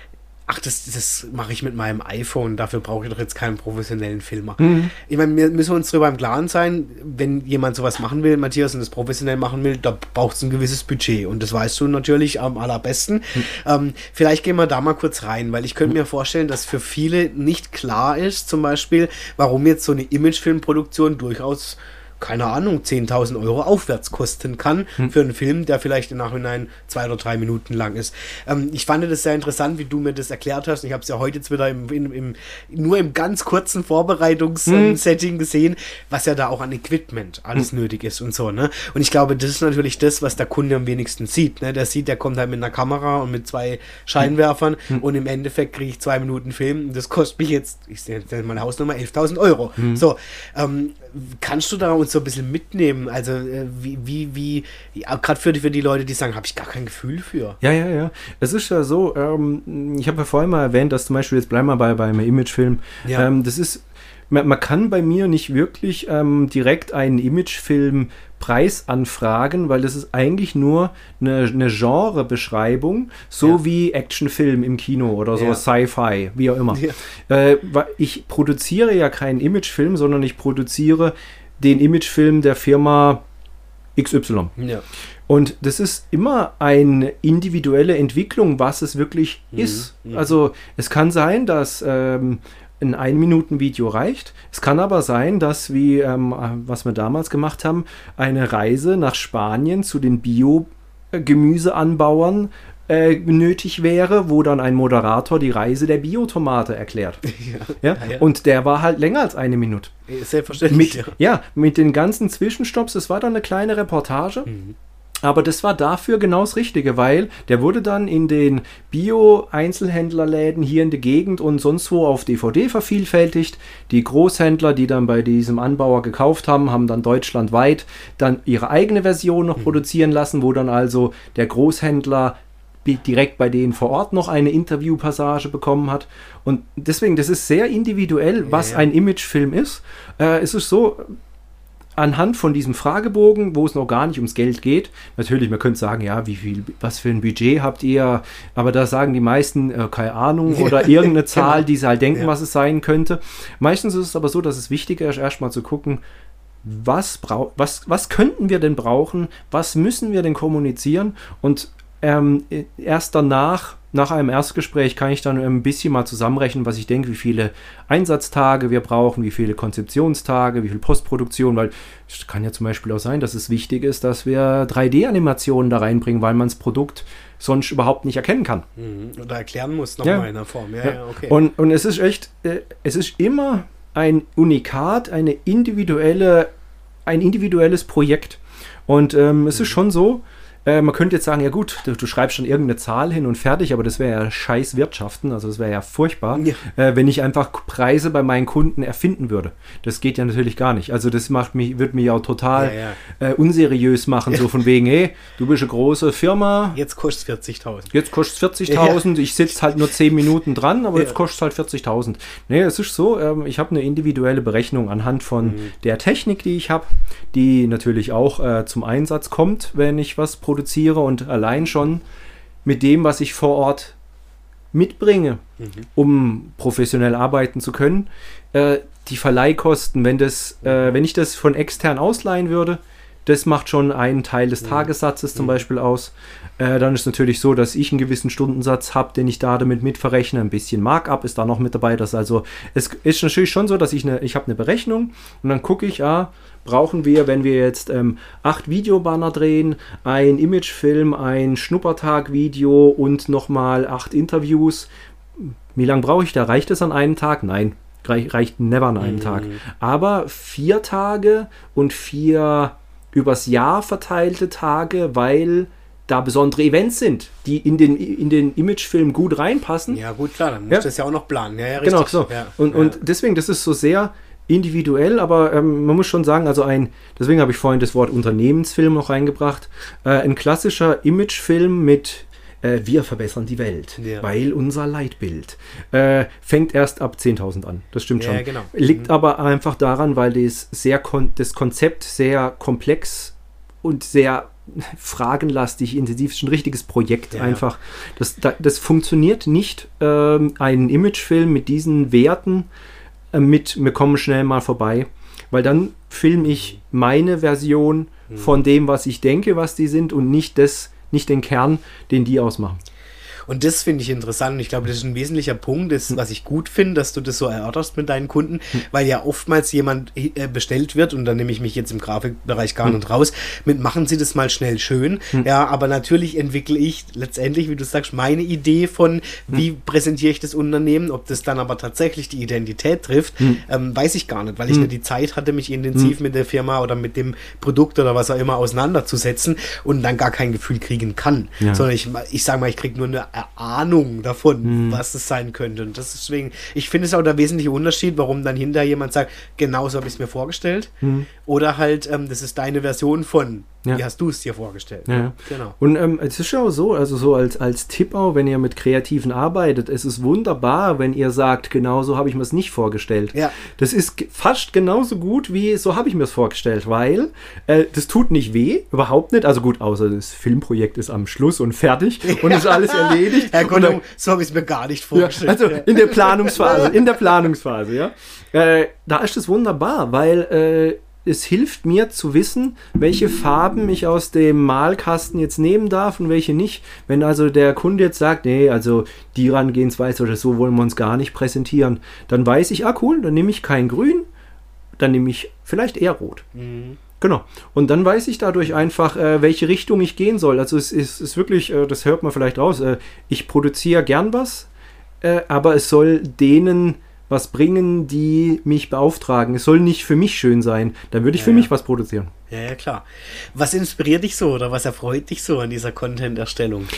ach, das, das mache ich mit meinem iPhone, dafür brauche ich doch jetzt keinen professionellen Filmer. Mhm. Ich meine, wir müssen uns darüber im Klaren sein, wenn jemand sowas machen will, Matthias, und das professionell machen will, da braucht es ein gewisses Budget und das weißt du natürlich am allerbesten. Mhm. Ähm, vielleicht gehen wir da mal kurz rein, weil ich könnte mhm. mir vorstellen, dass für viele nicht klar ist, zum Beispiel, warum jetzt so eine Imagefilmproduktion durchaus, keine Ahnung, zehntausend Euro aufwärts kosten kann hm. für einen Film, der vielleicht im Nachhinein zwei oder drei Minuten lang ist. Ähm, ich fand das sehr interessant, wie du mir das erklärt hast. Ich habe es ja heute jetzt wieder im, im, im, nur im ganz kurzen Vorbereitungssetting hm. gesehen, was ja da auch an Equipment alles hm. nötig ist und so. Ne? Und ich glaube, das ist natürlich das, was der Kunde am wenigsten sieht. Ne? Der sieht, der kommt halt mit einer Kamera und mit zwei Scheinwerfern hm. und im Endeffekt kriege ich zwei Minuten Film und das kostet mich jetzt, ich sehe meine Hausnummer, elftausend Euro. Hm. So, ähm, kannst du da uns so ein bisschen mitnehmen? Also äh, wie, wie, wie ja, gerade für die, für die Leute, die sagen, habe ich gar kein Gefühl für. Ja, ja, ja. Es ist ja so, ähm, ich habe ja vorhin mal erwähnt, dass zum Beispiel, jetzt bleiben wir bei, bei einem Imagefilm, ja. ähm, das ist, man, man kann bei mir nicht wirklich ähm, direkt einen Imagefilm-Preis anfragen, weil das ist eigentlich nur eine, eine Genrebeschreibung, so ja. wie Actionfilm im Kino oder so, ja. Sci-Fi, wie auch immer. Ja. Äh, ich produziere ja keinen Imagefilm, sondern ich produziere den Imagefilm der Firma X Y. Ja. Und das ist immer eine individuelle Entwicklung, was es wirklich mhm. ist. Mhm. Also es kann sein, dass ähm, ein Ein-Minuten-Video reicht. Es kann aber sein, dass, wie ähm, was wir damals gemacht haben, eine Reise nach Spanien zu den Bio-Gemüseanbauern äh, nötig wäre, wo dann ein Moderator die Reise der Biotomate erklärt. Ja. Ja? Ja. Und der war halt länger als eine Minute. Selbstverständlich. Mit, ja. ja, mit den ganzen Zwischenstopps, das war dann eine kleine Reportage. Mhm. Aber das war dafür genau das Richtige, weil der wurde dann in den Bio-Einzelhändlerläden hier in der Gegend und sonst wo auf D V D vervielfältigt. Die Großhändler, die dann bei diesem Anbauer gekauft haben, haben dann deutschlandweit dann ihre eigene Version noch mhm. produzieren lassen, wo dann also der Großhändler direkt bei denen vor Ort noch eine Interviewpassage bekommen hat. Und deswegen, das ist sehr individuell, was ja, ja. ein Imagefilm ist. Äh, es ist so, anhand von diesem Fragebogen, wo es noch gar nicht ums Geld geht, natürlich, man könnte sagen, ja, wie viel, was für ein Budget habt ihr, aber da sagen die meisten, äh, keine Ahnung, oder irgendeine Zahl, die sie halt denken, ja. was es sein könnte. Meistens ist es aber so, dass es wichtiger ist, erstmal zu gucken, was, brau- was, was könnten wir denn brauchen, was müssen wir denn kommunizieren, und ähm, erst danach, nach einem Erstgespräch, kann ich dann ein bisschen mal zusammenrechnen, was ich denke, wie viele Einsatztage wir brauchen, wie viele Konzeptionstage, wie viel Postproduktion, weil es kann ja zum Beispiel auch sein, dass es wichtig ist, dass wir drei D-Animationen da reinbringen, weil man das Produkt sonst überhaupt nicht erkennen kann. Mhm. Oder erklären muss nochmal ja. in der Form. Ja, ja. Ja, okay. Und, und es ist echt, äh, es ist immer ein Unikat, eine individuelle, ein individuelles Projekt. Und ähm, es mhm. ist schon so, Äh, man könnte jetzt sagen, ja gut, du, du schreibst schon irgendeine Zahl hin und fertig, aber das wäre ja scheiß Wirtschaften, also das wäre ja furchtbar, ja. Äh, wenn ich einfach Preise bei meinen Kunden erfinden würde. Das geht ja natürlich gar nicht. Also das macht mich, wird mich auch total ja, ja. Äh, unseriös machen, ja. so von wegen, hey, du bist eine große Firma. Jetzt kostet es vierzigtausend. Jetzt kostet es vierzigtausend, ja. ich sitze halt nur zehn Minuten dran, aber ja. jetzt kostet es halt vierzigtausend. Nee, es ist so, ähm, ich habe eine individuelle Berechnung anhand von mhm. der Technik, die ich habe, die natürlich auch äh, zum Einsatz kommt, wenn ich was produziere. produziere und allein schon mit dem, was ich vor Ort mitbringe, mhm. um professionell arbeiten zu können, äh, die Verleihkosten, wenn, das, äh, wenn ich das von extern ausleihen würde, das macht schon einen Teil des Tagessatzes zum mhm. Beispiel aus. Äh, dann ist es natürlich so, dass ich einen gewissen Stundensatz habe, den ich da damit mitverrechne. Ein bisschen Markup ist da noch mit dabei. Das also, es ist natürlich schon so, dass ich eine, ich habe eine Berechnung und dann gucke ich, ah, brauchen wir, wenn wir jetzt ähm, acht Videobanner drehen, ein Imagefilm, ein Schnuppertag-Video und nochmal acht Interviews. Wie lange brauche ich da? Reicht es an einem Tag? Nein, reich, reicht never an einem mhm. Tag. Aber vier Tage und vier übers Jahr verteilte Tage, weil da besondere Events sind, die in den, in den Imagefilm gut reinpassen. Ja gut, klar, dann musst ja. du das ja auch noch planen. Ja, ja, genau, so. Ja. Und, ja. und deswegen, das ist so sehr individuell, aber ähm, man muss schon sagen, also ein, deswegen habe ich vorhin das Wort Unternehmensfilm noch reingebracht, äh, ein klassischer Imagefilm mit äh, wir verbessern die Welt, ja. weil unser Leitbild äh, fängt erst ab zehntausend an. Das stimmt ja, schon. Genau. Liegt mhm. aber einfach daran, weil das, sehr kon- das Konzept sehr komplex und sehr fragenlastig, intensiv, ist ein richtiges Projekt ja, einfach. Das, das funktioniert nicht, ähm, einen Imagefilm mit diesen Werten äh, mit, wir kommen schnell mal vorbei, weil dann filme ich meine Version mhm. von dem, was ich denke, was die sind und nicht das, nicht den Kern, den die ausmachen. Und das finde ich interessant und ich glaube, das ist ein wesentlicher Punkt, das, was ich gut finde, dass du das so erörterst mit deinen Kunden, weil ja oftmals jemand äh, bestellt wird und dann nehme ich mich jetzt im Grafikbereich gar nicht raus, mit machen Sie das mal schnell schön, ja, aber natürlich entwickle ich letztendlich, wie du sagst, meine Idee von, wie präsentiere ich das Unternehmen, ob das dann aber tatsächlich die Identität trifft, ähm, weiß ich gar nicht, weil ich nicht die Zeit hatte, mich intensiv mit der Firma oder mit dem Produkt oder was auch immer auseinanderzusetzen und dann gar kein Gefühl kriegen kann, ja. sondern ich, ich sage mal, ich kriege nur eine Ahnung davon, hm. was es sein könnte. Und das ist deswegen, ich finde es auch der wesentliche Unterschied, warum dann hinterher jemand sagt, genau so habe ich es mir vorgestellt. Hm. Oder halt, ähm, das ist deine Version von, ja. wie hast du es dir vorgestellt. Ja, ja. Genau. Und ähm, es ist ja auch so, also so als, als Tipp auch, wenn ihr mit Kreativen arbeitet, es ist wunderbar, wenn ihr sagt, genau so habe ich mir es nicht vorgestellt. Ja. Das ist g- fast genauso gut, wie so habe ich mir es vorgestellt, weil äh, das tut nicht weh, überhaupt nicht. Also gut, außer das Filmprojekt ist am Schluss und fertig und ist alles erledigt. Herr Kollum, so habe ich es mir gar nicht vorgestellt. Ja, also in der Planungsphase, in der Planungsphase, ja. Äh, da ist es wunderbar, weil äh, es hilft mir zu wissen, welche Farben ich aus dem Malkasten jetzt nehmen darf und welche nicht. Wenn also der Kunde jetzt sagt, nee, also die Herangehensweise oder so wollen wir uns gar nicht präsentieren, dann weiß ich, ah cool, dann nehme ich kein Grün, dann nehme ich vielleicht eher Rot. Mhm. Genau. Und dann weiß ich dadurch einfach, äh, welche Richtung ich gehen soll. Also es ist, ist wirklich, äh, das hört man vielleicht raus, äh, ich produziere gern was, äh, aber es soll denen was bringen, die mich beauftragen. Es soll nicht für mich schön sein. Dann würde ich ja, für mich was produzieren. Ja, ja, klar. Was inspiriert dich so oder was erfreut dich so an dieser Content-Erstellung?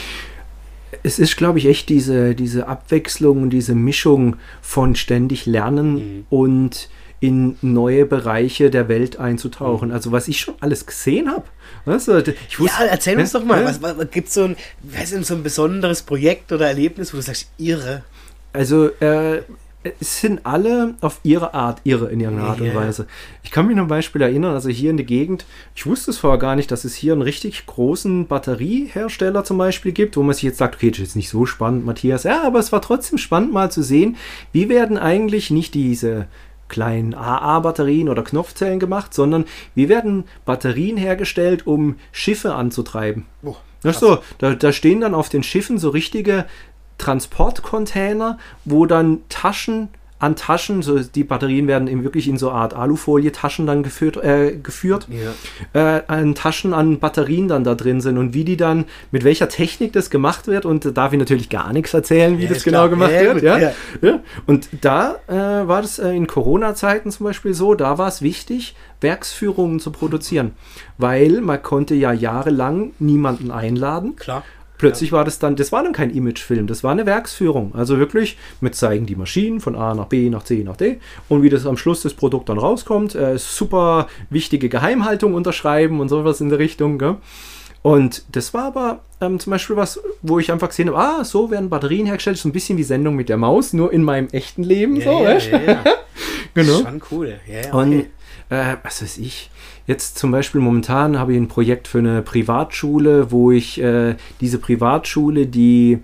Es ist, glaube ich, echt diese, diese Abwechslung und diese Mischung von ständig lernen mhm. und in neue Bereiche der Welt einzutauchen. Mhm. Also was ich schon alles gesehen habe. Also, ich wusste, ja, erzähl uns ne? doch mal, was, was gibt es so ein, was ist so ein besonderes Projekt oder Erlebnis, wo du sagst, irre? Also, äh, es sind alle auf ihre Art irre in irgendeiner Art und yeah. Weise. Ich kann mich noch ein Beispiel erinnern, also hier in der Gegend, ich wusste es vorher gar nicht, dass es hier einen richtig großen Batteriehersteller zum Beispiel gibt, wo man sich jetzt sagt, okay, das ist jetzt nicht so spannend, Matthias. Ja, aber es war trotzdem spannend mal zu sehen, wie werden eigentlich nicht diese kleinen A A-Batterien oder Knopfzellen gemacht, sondern wie werden Batterien hergestellt, um Schiffe anzutreiben. Oh, das so, da, da stehen dann auf den Schiffen so richtige Transportcontainer, wo dann Taschen an Taschen, so die Batterien werden eben wirklich in so eine Art Alufolie-Taschen dann geführt, äh, geführt ja. äh, an Taschen an Batterien dann da drin sind und wie die dann, mit welcher Technik das gemacht wird und da darf ich natürlich gar nichts erzählen, wie ja, das genau klar. gemacht ja, wird. Ja. Ja. Ja. Und da äh, war das äh, in Corona-Zeiten zum Beispiel so, da war es wichtig, Werksführungen zu produzieren, weil man konnte ja jahrelang niemanden einladen. Klar. Plötzlich ja. war das dann, das war dann kein Imagefilm, das war eine Werksführung. Also wirklich, mit zeigen die Maschinen von A nach B, nach C, nach D und wie das am Schluss das Produkt dann rauskommt. Äh, super wichtige Geheimhaltung unterschreiben und sowas in der Richtung. Gell? Und das war aber ähm, zum Beispiel was, wo ich einfach gesehen habe, ah, so werden Batterien hergestellt, so ein bisschen wie Sendung mit der Maus, nur in meinem echten Leben. Ja, so, ja, ja, ja. Genau. Schon cool. Ja, ja, okay. Und äh, was weiß ich, jetzt zum Beispiel momentan habe ich ein Projekt für eine Privatschule, wo ich äh, diese Privatschule, die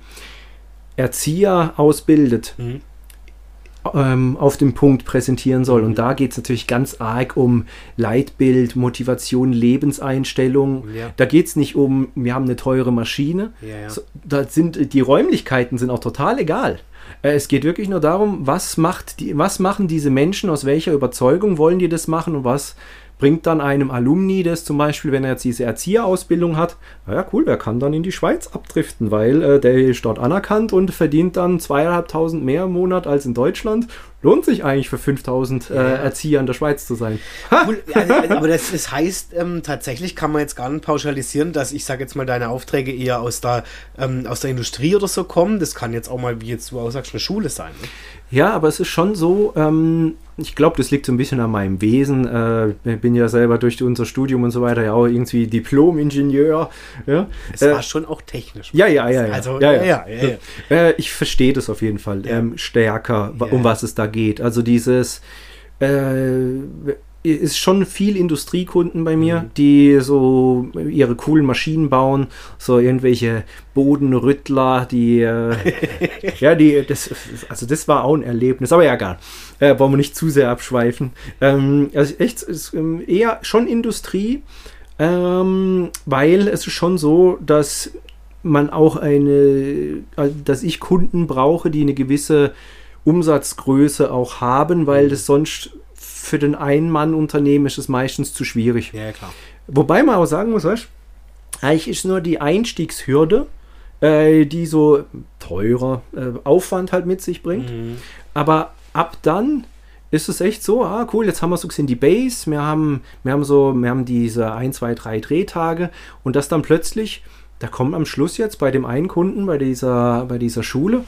Erzieher ausbildet, mhm. ähm, auf dem Punkt präsentieren soll. Mhm. Und da geht es natürlich ganz arg um Leitbild, Motivation, Lebenseinstellung. Ja. Da geht es nicht um, wir haben eine teure Maschine. Ja, ja. So, da sind, die Räumlichkeiten sind auch total egal. Es geht wirklich nur darum, was macht die, was machen diese Menschen, aus welcher Überzeugung wollen die das machen und was bringt dann einem Alumni das zum Beispiel, wenn er jetzt diese Erzieherausbildung hat, naja cool, wer kann dann in die Schweiz abdriften, weil äh, der ist dort anerkannt und verdient dann zweieinhalbtausend mehr im Monat als in Deutschland. Lohnt sich eigentlich für fünftausend äh, ja. Erzieher in der Schweiz zu sein. Cool. Also, aber das, das heißt, ähm, tatsächlich kann man jetzt gar nicht pauschalisieren, dass ich sage jetzt mal, deine Aufträge eher aus der, ähm, aus der Industrie oder so kommen. Das kann jetzt auch mal, wie jetzt du auch sagst, eine Schule sein. Ne? Ja, aber es ist schon so, ähm, ich glaube, das liegt so ein bisschen an meinem Wesen. Äh, ich bin ja selber durch unser Studium und so weiter ja auch irgendwie Diplom-Ingenieur. Ja. Es äh, war schon auch technisch. Ja, ja, ja. ja. Also, ja, ja, ja. ja, ja. Äh, ich verstehe das auf jeden Fall ja. ähm, stärker, um ja. was es da geht. Also dieses, äh, ist schon viel Industriekunden bei mir, Mhm. die so ihre coolen Maschinen bauen, so irgendwelche Bodenrüttler, die, äh, ja, die, das, also das war auch ein Erlebnis, aber ja, egal, äh, wollen wir nicht zu sehr abschweifen. Ähm, also echt, es ist ähm, eher schon Industrie, ähm, weil es ist schon so, dass man auch eine, also dass ich Kunden brauche, die eine gewisse Umsatzgröße auch haben, weil das sonst für den Ein-Mann-Unternehmen ist es meistens zu schwierig. Ja, klar. Wobei man auch sagen muss, weißt, eigentlich ist nur die Einstiegshürde, äh, die so teurer äh, Aufwand halt mit sich bringt. Mhm. Aber ab dann ist es echt so, ah cool, jetzt haben wir so gesehen die Base, wir haben, wir haben so, wir haben diese ein, zwei, drei Drehtage und das dann plötzlich, da kommt am Schluss jetzt bei dem einen Kunden, bei dieser, bei dieser Schule,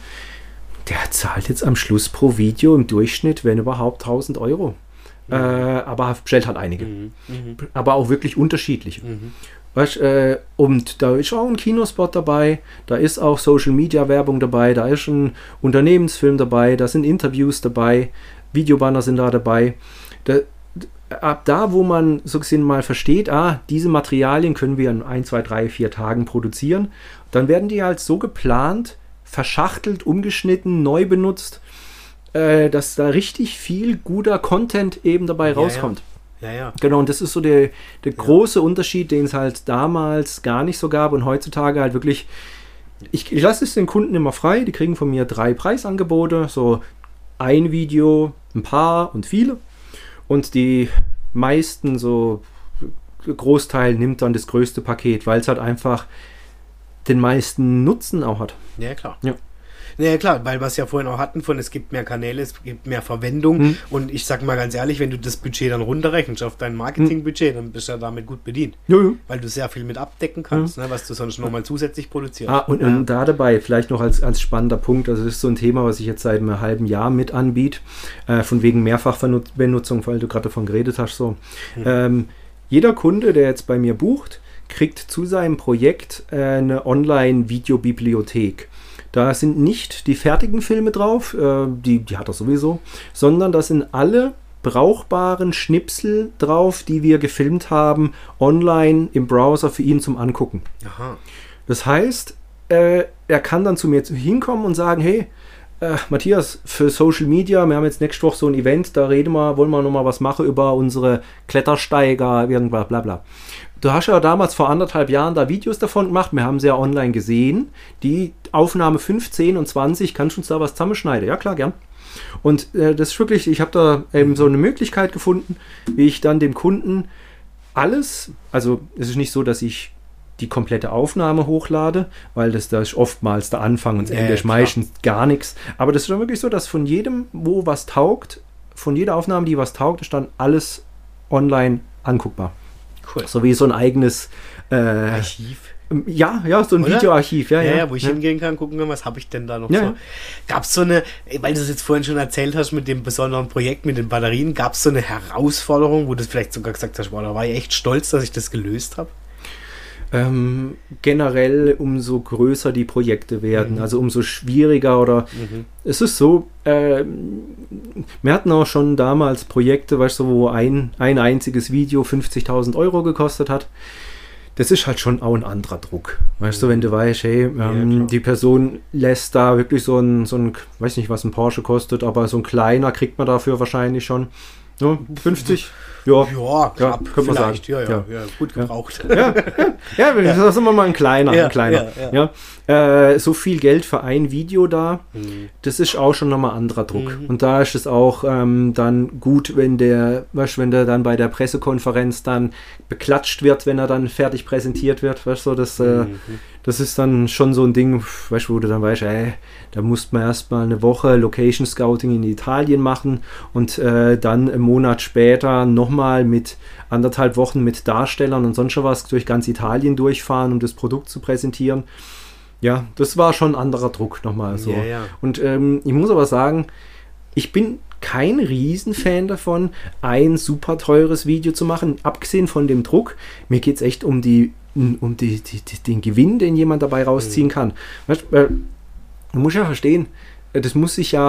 der zahlt jetzt am Schluss pro Video im Durchschnitt, wenn überhaupt, tausend Euro. Mhm. Äh, aber bestellt halt einige. Mhm. Mhm. Aber auch wirklich unterschiedliche. Mhm. Weißt, äh, und da ist auch ein Kinospot dabei, da ist auch Social-Media-Werbung dabei, da ist ein Unternehmensfilm dabei, da sind Interviews dabei, Videobanner sind da dabei. Da, ab da, wo man so gesehen mal versteht, ah, diese Materialien können wir in ein, zwei, drei, vier Tagen produzieren, dann werden die halt so geplant, verschachtelt, umgeschnitten, neu benutzt, äh, dass da richtig viel guter Content eben dabei Ja, rauskommt. Ja, ja. Genau, und das ist so der, der Ja. große Unterschied, den es halt damals gar nicht so gab und heutzutage halt wirklich, ich, ich lasse es den Kunden immer frei, die kriegen von mir drei Preisangebote, so ein Video, ein paar und viele und die meisten, so Großteil nimmt dann das größte Paket, weil es halt einfach den meisten Nutzen auch hat. Ja, klar. Ja. Ja, klar, weil wir es ja vorhin auch hatten von, es gibt mehr Kanäle, es gibt mehr Verwendung Hm. und ich sag mal ganz ehrlich, wenn du das Budget dann runterrechnest auf dein Marketingbudget, dann bist du ja damit gut bedient, Jojo. weil du sehr viel mit abdecken kannst, ne, was du sonst nochmal zusätzlich produzierst. Ah, und, ja. und da dabei, vielleicht noch als, als spannender Punkt, also das ist so ein Thema, was ich jetzt seit einem halben Jahr mit anbiete, äh, von wegen Mehrfachbenutzung, weil du gerade davon geredet hast. So. Mhm. Ähm, jeder Kunde, der jetzt bei mir bucht, kriegt zu seinem Projekt äh, eine Online-Videobibliothek. Da sind nicht die fertigen Filme drauf, äh, die, die hat er sowieso, sondern da sind alle brauchbaren Schnipsel drauf, die wir gefilmt haben, online im Browser für ihn zum Angucken. Aha. Das heißt, äh, er kann dann zu mir hinkommen und sagen, hey, äh, Matthias, für Social Media, wir haben jetzt nächste Woche so ein Event, da reden wir, wollen wir nochmal was machen über unsere Klettersteiger, irgendwas, bla bla. Du hast ja damals vor anderthalb Jahren da Videos davon gemacht, wir haben sie ja online gesehen. Die Aufnahme fünfzehn und zwanzig, kannst du uns da was zusammenschneiden? Ja, klar, gern. Und äh, das ist wirklich, ich habe da eben so eine Möglichkeit gefunden, wie ich dann dem Kunden alles, also es ist nicht so, dass ich die komplette Aufnahme hochlade, weil das da ist oftmals der Anfang und das Ja, Ende ja, ist klar. meistens gar nichts. Aber das ist dann wirklich so, dass von jedem, wo was taugt, von jeder Aufnahme, die was taugt, ist dann alles online anguckbar. Cool. So wie so ein eigenes äh, Archiv. ja, ja, so ein Oder? Videoarchiv, ja, Ja, ja. ja, wo ich ja. hingehen kann, gucken kann, was habe ich denn da noch Ja, so. ja. Gab es so eine, weil du es jetzt vorhin schon erzählt hast mit dem besonderen Projekt mit den Batterien, gab es so eine Herausforderung, wo du vielleicht sogar gesagt hast, boah, da war ich echt stolz, dass ich das gelöst habe? Ähm, generell, umso größer die Projekte werden, Mhm. also umso schwieriger oder Mhm. es ist so, ähm, wir hatten auch schon damals Projekte, weißt du, wo ein, ein einziges Video fünfzigtausend Euro gekostet hat. Das ist halt schon auch ein anderer Druck. Weißt du, wenn du weißt, hey, ähm, Ja, klar. die Person lässt da wirklich so ein, so ein, weiß nicht, was ein Porsche kostet, aber so ein kleiner kriegt man dafür wahrscheinlich schon. Ja, fünfzig? Ja. Ja, knapp, könnte man vielleicht. sagen. Ja, ja, Ja. ja, gut Ja. gebraucht. Ja, ja, ja. Das ist immer mal ein kleiner, Ja, ein kleiner. ja, Ja, Äh, so viel Geld für ein Video da, Mhm. das ist auch schon nochmal anderer Druck. Mhm. Und da ist es auch ähm, dann gut, wenn der, weißt, wenn der dann bei der Pressekonferenz dann beklatscht wird, wenn er dann fertig präsentiert wird. Weißt du, das, äh, Mhm. das ist dann schon so ein Ding, weißt du, wo du dann weißt, ey, da muss man erstmal eine Woche Location Scouting in Italien machen und äh, dann einen Monat später nochmal mit anderthalb Wochen mit Darstellern und sonst schon was durch ganz Italien durchfahren, um das Produkt zu präsentieren. Ja, das war schon ein anderer Druck nochmal so. Ja, ja. Und ähm, ich muss aber sagen, ich bin kein Riesenfan davon, ein super teures Video zu machen, abgesehen von dem Druck. Mir geht es echt um die um die, die, die, den Gewinn, den jemand dabei rausziehen kann. Weißt, weil, du musst ja verstehen, das muss sich ja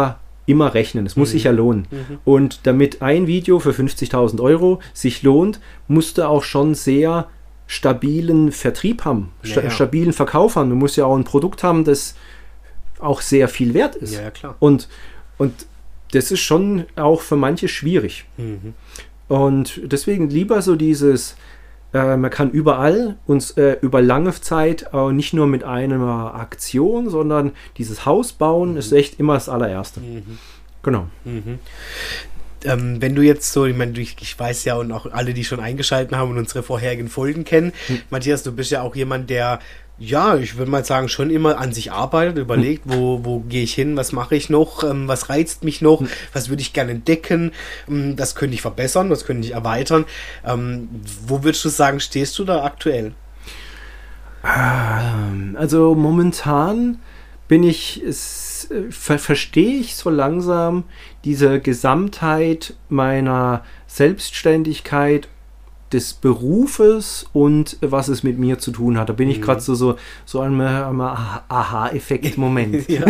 immer rechnen. Es muss Mhm. sich ja lohnen. Mhm. Und damit ein Video für fünfzigtausend Euro sich lohnt, musst du auch schon sehr stabilen Vertrieb haben, sta- Ja, ja. stabilen Verkauf haben. Du musst ja auch ein Produkt haben, das auch sehr viel wert ist. Ja, ja, klar. Und, und das ist schon auch für manche schwierig. Mhm. Und deswegen lieber so dieses, äh, man kann überall uns äh, über lange Zeit äh, nicht nur mit einer Aktion, sondern dieses Haus bauen Mhm. ist echt immer das allererste. Mhm. Genau. Mhm. Ähm, wenn du jetzt so, ich meine, du- ich, ich weiß ja und auch alle, die schon eingeschaltet haben und unsere vorherigen Folgen kennen, Hm. Matthias, du bist ja auch jemand, der, ja, ich würde mal sagen, schon immer an sich arbeitet, überlegt, wo, wo gehe ich hin, was mache ich noch, ähm, was reizt mich noch, Hm. was würde ich gerne entdecken, ähm, das könnte ich verbessern, das könnte ich erweitern. Ähm, wo würdest du sagen, stehst du da aktuell? Ähm, Also momentan bin ich, es, äh, ver verstehe ich so langsam diese Gesamtheit meiner Selbstständigkeit des Berufes und was es mit mir zu tun hat. Da bin ich Mhm. gerade so, so, so an einem Aha-Effekt-Moment. Ja.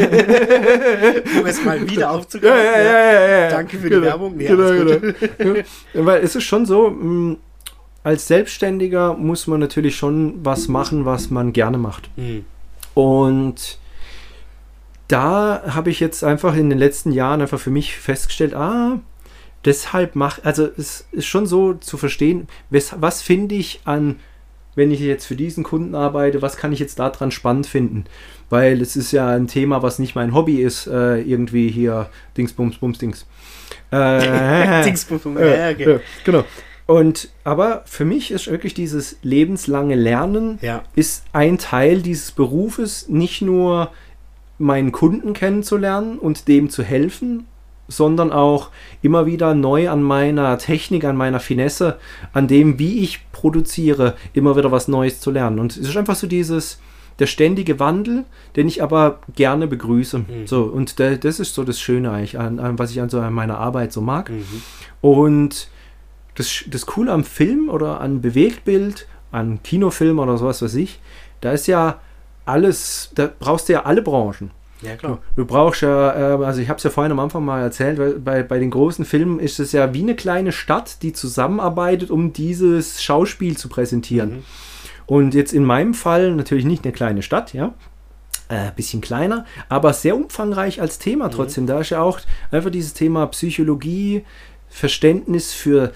Um es mal wieder aufzugreifen. ja. Danke für die Genau, Werbung. Nee, genau, alles gut. genau. Ja, weil es ist schon so, mh, als Selbstständiger muss man natürlich schon was machen, was man gerne macht. Mhm. Und da habe ich jetzt einfach in den letzten Jahren einfach für mich festgestellt, ah, deshalb mache, also es ist schon so zu verstehen, wes, was finde ich an, wenn ich jetzt für diesen Kunden arbeite, was kann ich jetzt daran spannend finden? Weil es ist ja ein Thema, was nicht mein Hobby ist, äh, irgendwie hier Dings, Bums, Bums, Dings. Äh, Dingsbums, äh, ja, okay. äh, genau. Und aber für mich ist wirklich dieses lebenslange Lernen Ja. ist ein Teil dieses Berufes, nicht nur meinen Kunden kennenzulernen und dem zu helfen, sondern auch immer wieder neu an meiner Technik, an meiner Finesse, an dem, wie ich produziere, immer wieder was Neues zu lernen. Und es ist einfach so dieses, der ständige Wandel, den ich aber gerne begrüße. Mhm. So, und der, das ist so das Schöne eigentlich, an, an, was ich an so an meiner Arbeit so mag. Mhm. Und das, das Coole am Film oder an Bewegtbild, an Kinofilm oder sowas weiß ich, da ist ja alles, da brauchst du ja alle Branchen. Ja, Du, klar. du brauchst ja, äh, also ich habe es ja vorhin am Anfang mal erzählt, weil bei, bei den großen Filmen ist es ja wie eine kleine Stadt, die zusammenarbeitet, um dieses Schauspiel zu präsentieren. Mhm. Und jetzt in meinem Fall natürlich nicht eine kleine Stadt, ja, äh, bisschen kleiner, aber sehr umfangreich als Thema trotzdem. Da ist ja auch einfach dieses Thema Psychologie, Verständnis für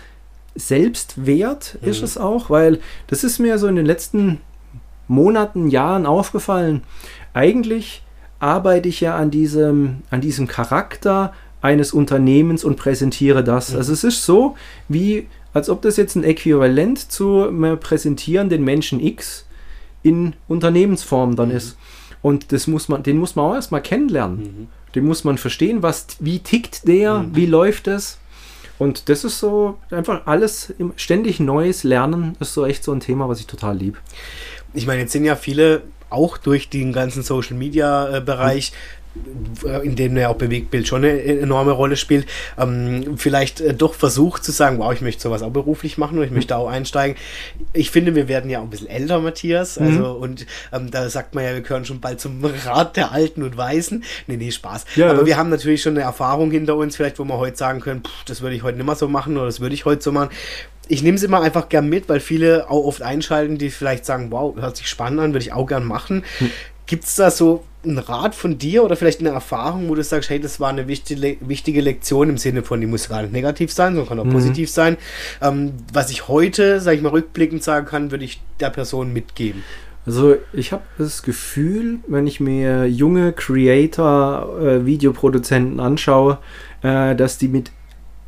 Selbstwert ist Mhm. es auch, weil das ist mir so in den letzten Monaten, Jahren aufgefallen. Eigentlich arbeite ich ja an diesem, an diesem Charakter eines Unternehmens und präsentiere das. Mhm. Also es ist so, wie als ob das jetzt ein Äquivalent zu wir präsentieren den Menschen X in Unternehmensform dann Mhm. ist. Und das muss man, den muss man auch erstmal kennenlernen. Mhm. Den muss man verstehen, was, wie tickt der, Mhm. wie läuft es. Und das ist so einfach alles im, ständig neues Lernen ist so echt so ein Thema, was ich total liebe. Ich meine, jetzt sind ja viele auch durch den ganzen Social Media äh, Bereich, äh, in dem ja auch Bewegtbild schon eine enorme Rolle spielt, ähm, vielleicht äh, doch versucht zu sagen, wow, ich möchte sowas auch beruflich machen und ich möchte auch einsteigen. Ich finde, wir werden ja auch ein bisschen älter, Matthias, also Mhm. und ähm, da sagt man ja, wir gehören schon bald zum Rat der Alten und Weisen. Nee, nee, Spaß. Ja, Aber ja. wir haben natürlich schon eine Erfahrung hinter uns, vielleicht, wo wir heute sagen können, pff, das würde ich heute nicht mehr so machen oder das würde ich heute so machen. Ich nehme es immer einfach gern mit, weil viele auch oft einschalten, die vielleicht sagen, wow, hört sich spannend an, würde ich auch gern machen. Hm. Gibt es da so einen Rat von dir oder vielleicht eine Erfahrung, wo du sagst, hey, das war eine wichtige, wichtige Lektion im Sinne von, die muss gar nicht negativ sein, sondern kann auch Mhm. positiv sein. Ähm, was ich heute, sage ich mal, rückblickend sagen kann, würde ich der Person mitgeben. Also ich habe das Gefühl, wenn ich mir junge Creator, äh, Videoproduzenten anschaue, äh, dass die mit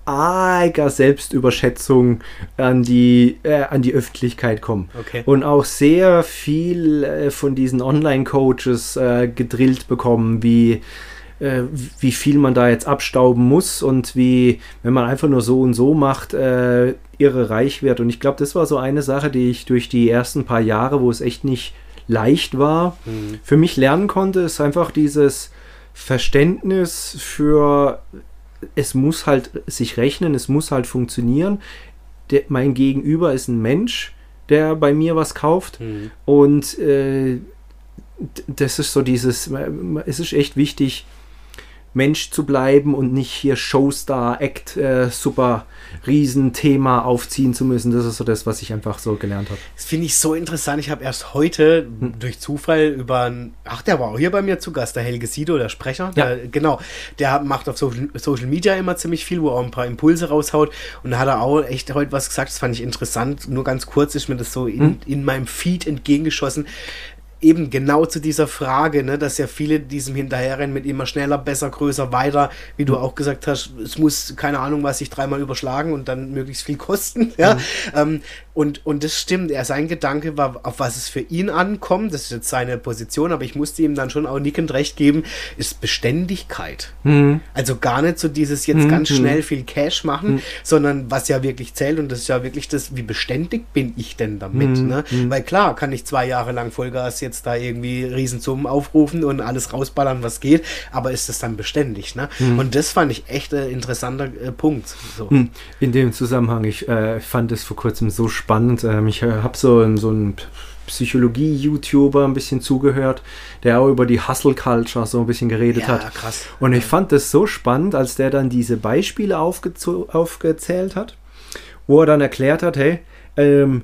arger Selbstüberschätzung an die, äh, an die Öffentlichkeit kommen. Okay. Und auch sehr viel äh, von diesen Online-Coaches äh, gedrillt bekommen, wie, äh, wie viel man da jetzt abstauben muss und wie, wenn man einfach nur so und so macht, äh, irre reich wird. Und ich glaube, das war so eine Sache, die ich durch die ersten paar Jahre, wo es echt nicht leicht war, Mhm. für mich lernen konnte, ist einfach dieses Verständnis für, es muss halt sich rechnen, es muss halt funktionieren. Der, mein Gegenüber ist ein Mensch, der bei mir was kauft. Mhm. Und äh, d- das ist so dieses, es ist echt wichtig, Mensch zu bleiben und nicht hier Showstar, Act, äh, super Riesenthema aufziehen zu müssen. Das ist so das, was ich einfach so gelernt habe. Das finde ich so interessant. Ich habe erst heute hm. durch Zufall über einen, ach, der war auch hier bei mir zu Gast, der Helge Sido, der Sprecher. Ja. Der, genau, der macht auf Social, Social Media immer ziemlich viel, wo er auch ein paar Impulse raushaut. Und da hat er auch echt heute was gesagt, das fand ich interessant. Nur ganz kurz ist mir das so in, hm. in meinem Feed entgegengeschossen. Eben genau zu dieser Frage, ne, dass ja viele diesem Hinterherrennen mit immer schneller, besser, größer, weiter, wie du auch gesagt hast, es muss, keine Ahnung was, sich dreimal überschlagen und dann möglichst viel kosten. Ja? Mhm. Ähm, und, und das stimmt, er, sein Gedanke war, auf was es für ihn ankommt, das ist jetzt seine Position, aber ich musste ihm dann schon auch nickend recht geben, ist Beständigkeit. Mhm. Also gar nicht so dieses jetzt mhm. ganz schnell viel Cash machen, mhm. sondern was ja wirklich zählt, und das ist ja wirklich das, wie beständig bin ich denn damit? Mhm. Ne? Mhm. Weil klar, kann ich zwei Jahre lang Vollgas jetzt da irgendwie Riesensummen aufrufen und alles rausballern, was geht, aber ist das dann beständig, ne? Mhm. Und das fand ich echt ein interessanter äh, Punkt. So. In dem Zusammenhang, ich äh, fand es vor kurzem so spannend, ähm, ich äh, habe so, so einen Psychologie-YouTuber ein bisschen zugehört, der auch über die Hustle-Culture so ein bisschen geredet ja, hat. Krass. Und ich fand das so spannend, als der dann diese Beispiele aufgez- aufgezählt hat, wo er dann erklärt hat, hey, ähm,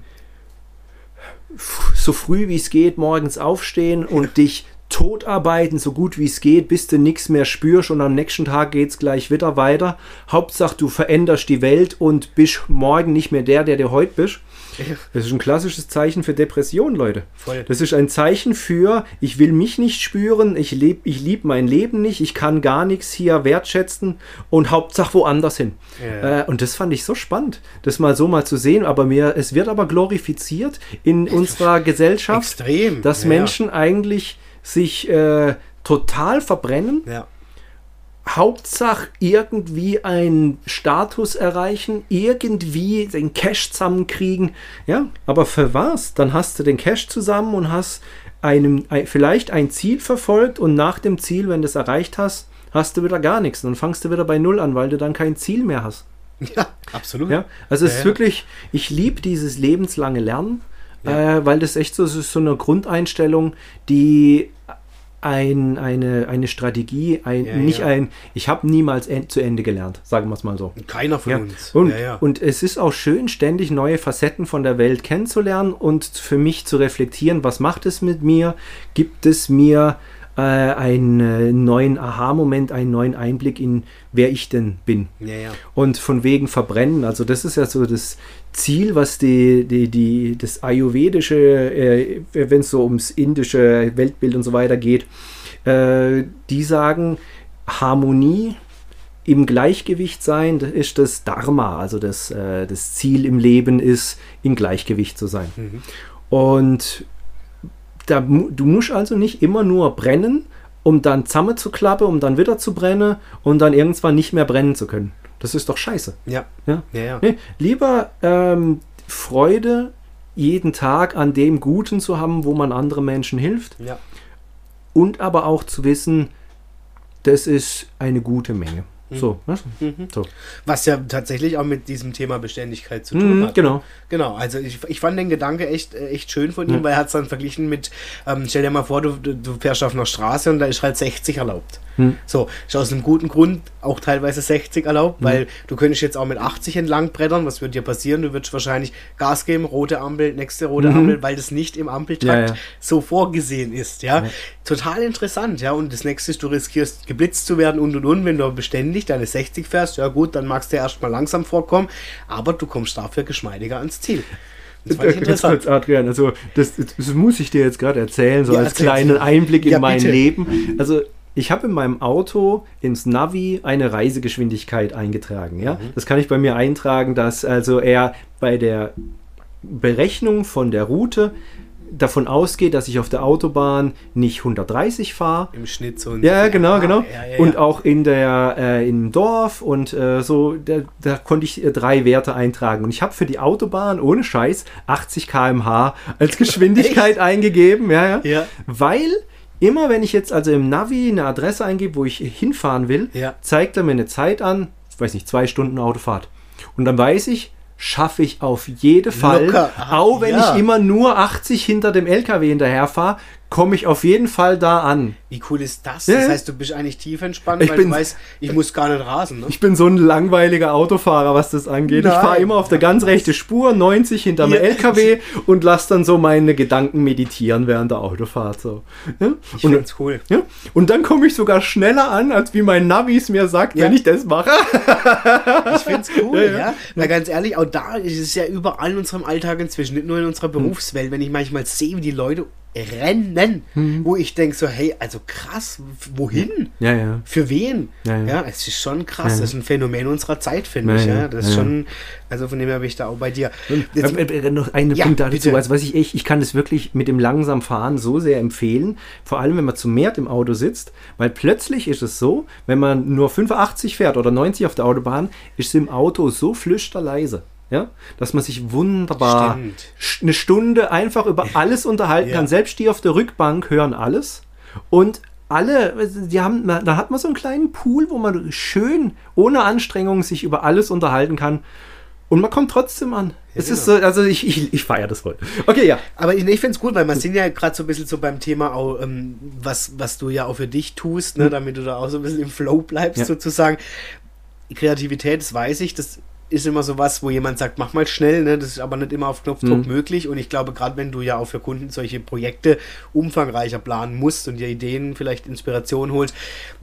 so früh wie es geht morgens aufstehen und dich totarbeiten, so gut wie es geht, bis du nichts mehr spürst und am nächsten Tag geht es gleich wieder weiter. Hauptsache, du veränderst die Welt und bist morgen nicht mehr der, der du heute bist. Das ist ein klassisches Zeichen für Depression, Leute. Voll. Das ist ein Zeichen für, ich will mich nicht spüren, ich lebe ich lieb mein Leben nicht, ich kann gar nichts hier wertschätzen und Hauptsache woanders hin. Ja. Äh, und das fand ich so spannend, das mal so mal zu sehen, aber mir, es wird aber glorifiziert in unserer Gesellschaft, extrem, dass ja. Menschen eigentlich sich äh, total verbrennen. Ja. Hauptsache irgendwie einen Status erreichen, irgendwie den Cash zusammenkriegen. Ja, aber für was? Dann hast du den Cash zusammen und hast einem, ein, vielleicht ein Ziel verfolgt und nach dem Ziel, wenn du es erreicht hast, hast du wieder gar nichts. Dann fangst du wieder bei Null an, weil du dann kein Ziel mehr hast. Ja, absolut. Ja, also es ja, ist ja. wirklich, ich liebe dieses lebenslange Lernen, ja. äh, weil das echt so, es ist so eine Grundeinstellung, die Ein, eine, eine Strategie, ein, ja, nicht ja. ein, ich habe niemals en- zu Ende gelernt, sagen wir es mal so. Keiner von ja. uns. Und, ja, ja. und es ist auch schön, ständig neue Facetten von der Welt kennenzulernen und für mich zu reflektieren, was macht es mit mir? Gibt es mir äh, einen neuen Aha-Moment, einen neuen Einblick in, wer ich denn bin? Ja, ja. Und von wegen Verbrennen, also das ist ja so das Ziel, was die, die, die, das Ayurvedische, äh, wenn es so ums indische Weltbild und so weiter geht, äh, die sagen, Harmonie im Gleichgewicht sein, das ist das Dharma, also das, äh, das Ziel im Leben ist, im Gleichgewicht zu sein. Mhm. Und da, du musst also nicht immer nur brennen, um dann zusammenzuklappen, um dann wieder zu brennen und dann irgendwann nicht mehr brennen zu können. Das ist doch scheiße. Ja. ja? ja, ja. Nee, lieber ähm, Freude jeden Tag an dem Guten zu haben, wo man anderen Menschen hilft. Ja. Und aber auch zu wissen, das ist eine gute Menge. Mhm. So, ne? Mhm. so. Was ja tatsächlich auch mit diesem Thema Beständigkeit zu tun mhm, hat. Genau. Genau, also ich, ich fand den Gedanke echt, echt schön von ihm, mhm. weil er hat es dann verglichen mit, ähm, stell dir mal vor, du, du fährst auf einer Straße und da ist halt sechzig erlaubt. Mhm. So, ist aus einem guten Grund auch teilweise sechzig erlaubt, mhm. weil du könntest jetzt auch mit achtzig entlang brettern, was wird dir passieren? Du würdest wahrscheinlich Gas geben, rote Ampel, nächste rote mhm. Ampel, weil das nicht im Ampeltakt ja, ja. so vorgesehen ist, ja? ja. Total interessant, ja, und das nächste ist, du riskierst geblitzt zu werden und und und, wenn du beständig deine sechzig fährst, ja gut, dann magst du erstmal langsam vorkommen, aber du kommst dafür geschmeidiger ans Ziel. Das fand ich interessant. Kurz, Adrian, also das, das muss ich dir jetzt gerade erzählen, so ja, als kleinen Einblick in ja, mein bitte. Leben. Also ich habe in meinem Auto ins Navi eine Reisegeschwindigkeit eingetragen. Ja? Mhm. Das kann ich bei mir eintragen, dass also er bei der Berechnung von der Route davon ausgeht, dass ich auf der Autobahn nicht hundertdreißig fahre. Im Schnitt so. Ja, genau, genau. Ja, ja, ja. Und auch in der, äh, im Dorf und äh, so, da, da konnte ich äh, drei Werte eintragen. Und ich habe für die Autobahn ohne Scheiß achtzig Kilometer pro Stunde als Geschwindigkeit eingegeben. Ja, ja. Ja. Weil immer, wenn ich jetzt also im Navi eine Adresse eingebe, wo ich hinfahren will, ja. zeigt er mir eine Zeit an, ich weiß nicht, zwei Stunden Autofahrt. Und dann weiß ich, schaffe ich auf jeden Fall, Ach, auch wenn ja. ich immer nur achtzig hinter dem L K W hinterherfahre, komme ich auf jeden Fall da an. Wie cool ist das? Ja. Das heißt, du bist eigentlich tief entspannt, Ich weil bin- du weißt, ich muss gar nicht rasen. Ne? Ich bin so ein langweiliger Autofahrer, was das angeht. Nein. Ich fahre immer auf der ganz rechten Spur, neunzig hinterm Ja. L K W und lasse dann so meine Gedanken meditieren während der Autofahrt. So. Ja? Ich Und, find's cool. ja? Und dann komme ich sogar schneller an, als wie mein Navi es mir sagt, Ja. wenn ich das mache. Ich find's cool, Ja, ja, ja. Na, ganz ehrlich, auch da ist es ja überall in unserem Alltag inzwischen, nicht nur in unserer Berufswelt, wenn ich manchmal sehe, wie die Leute rennen, wo ich denke so, hey, also krass, wohin? Ja, ja. Für wen? Ja, Ja, ja. es ist schon krass. Ja. Das ist ein Phänomen unserer Zeit, finde Ja, ich. Ja. ja. Das ist Ja. schon, also von dem her bin ich da auch bei dir. Jetzt, Äh, äh, noch einen Ja, Punkt dazu, bitte. also was ich echt, ich kann das wirklich mit dem langsam Fahren so sehr empfehlen, vor allem wenn man zu mehr im Auto sitzt, weil plötzlich ist es so, wenn man nur fünfundachtzig fährt oder neunzig auf der Autobahn, ist es im Auto so flüsterleise, ja, dass man sich wunderbar Stimmt. sch- eine Stunde einfach über alles unterhalten Ja. kann. Selbst die auf der Rückbank hören alles und alle, die haben, da hat man so einen kleinen Pool, wo man schön ohne Anstrengung sich über alles unterhalten kann. Und man kommt trotzdem an. Es ist so, also ich, ich, ich feiere das voll. Okay, ja. aber ich, ich finde es gut, weil wir sind ja gerade so ein bisschen so beim Thema auch, ähm, was, was du ja auch für dich tust, ne, damit du da auch so ein bisschen im Flow bleibst, Ja. sozusagen. Kreativität, das weiß ich, das ist immer so was, wo jemand sagt, mach mal schnell, ne? Das ist aber nicht immer auf Knopfdruck Mhm. möglich und ich glaube, gerade wenn du ja auch für Kunden solche Projekte umfangreicher planen musst und dir Ideen, vielleicht Inspiration holst,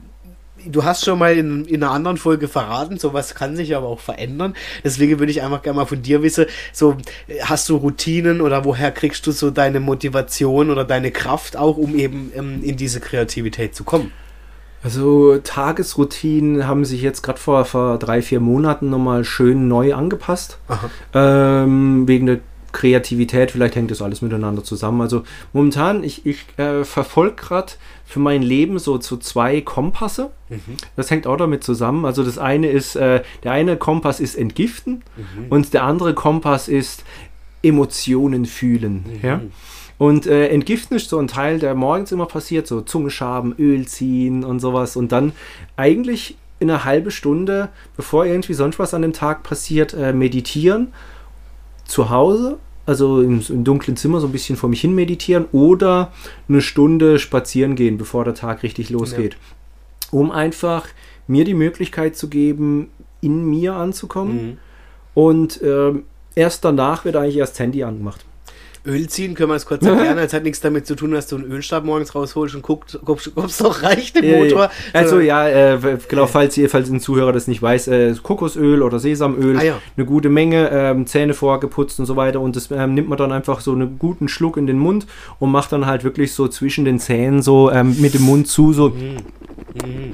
du hast schon mal in, in einer anderen Folge verraten, sowas kann sich aber auch verändern, deswegen würde ich einfach gerne mal von dir wissen, so, hast du Routinen oder woher kriegst du so deine Motivation oder deine Kraft auch, um eben ähm, in diese Kreativität zu kommen? Also Tagesroutinen haben sich jetzt gerade vor, vor drei, vier Monaten nochmal schön neu angepasst. Aha. Ähm, wegen der Kreativität, vielleicht hängt das alles miteinander zusammen. Also momentan, ich, ich äh, verfolge gerade für mein Leben so, so zwei Kompasse. Mhm. Das hängt auch damit zusammen. Also das eine ist, äh, der eine Kompass ist Entgiften Mhm. und der andere Kompass ist Emotionen fühlen. Mhm. Ja? Und äh, Entgiften ist so ein Teil, der morgens immer passiert, so Zunge schaben, Öl ziehen und sowas. Und dann eigentlich in einer halben Stunde, bevor irgendwie sonst was an dem Tag passiert, äh, meditieren. Zu Hause, also im, im dunklen Zimmer so ein bisschen vor mich hin meditieren oder eine Stunde spazieren gehen, bevor der Tag richtig losgeht. Um einfach mir die Möglichkeit zu geben, in mir anzukommen. Mhm. Und ähm, erst danach wird eigentlich erst das Handy angemacht. Öl ziehen, können wir das kurz erklären. Es hat nichts damit zu tun, dass du einen Ölstab morgens rausholst und guckst, ob es doch reicht im Motor. Also Sondern- ja, äh, genau, falls ihr, falls ein Zuhörer das nicht weiß, äh, Kokosöl oder Sesamöl, Ah, ja. eine gute Menge, ähm, Zähne vorgeputzt und so weiter und das ähm, nimmt man dann einfach so einen guten Schluck in den Mund und macht dann halt wirklich so zwischen den Zähnen so ähm, mit dem Mund zu, so Mhm. Mhm.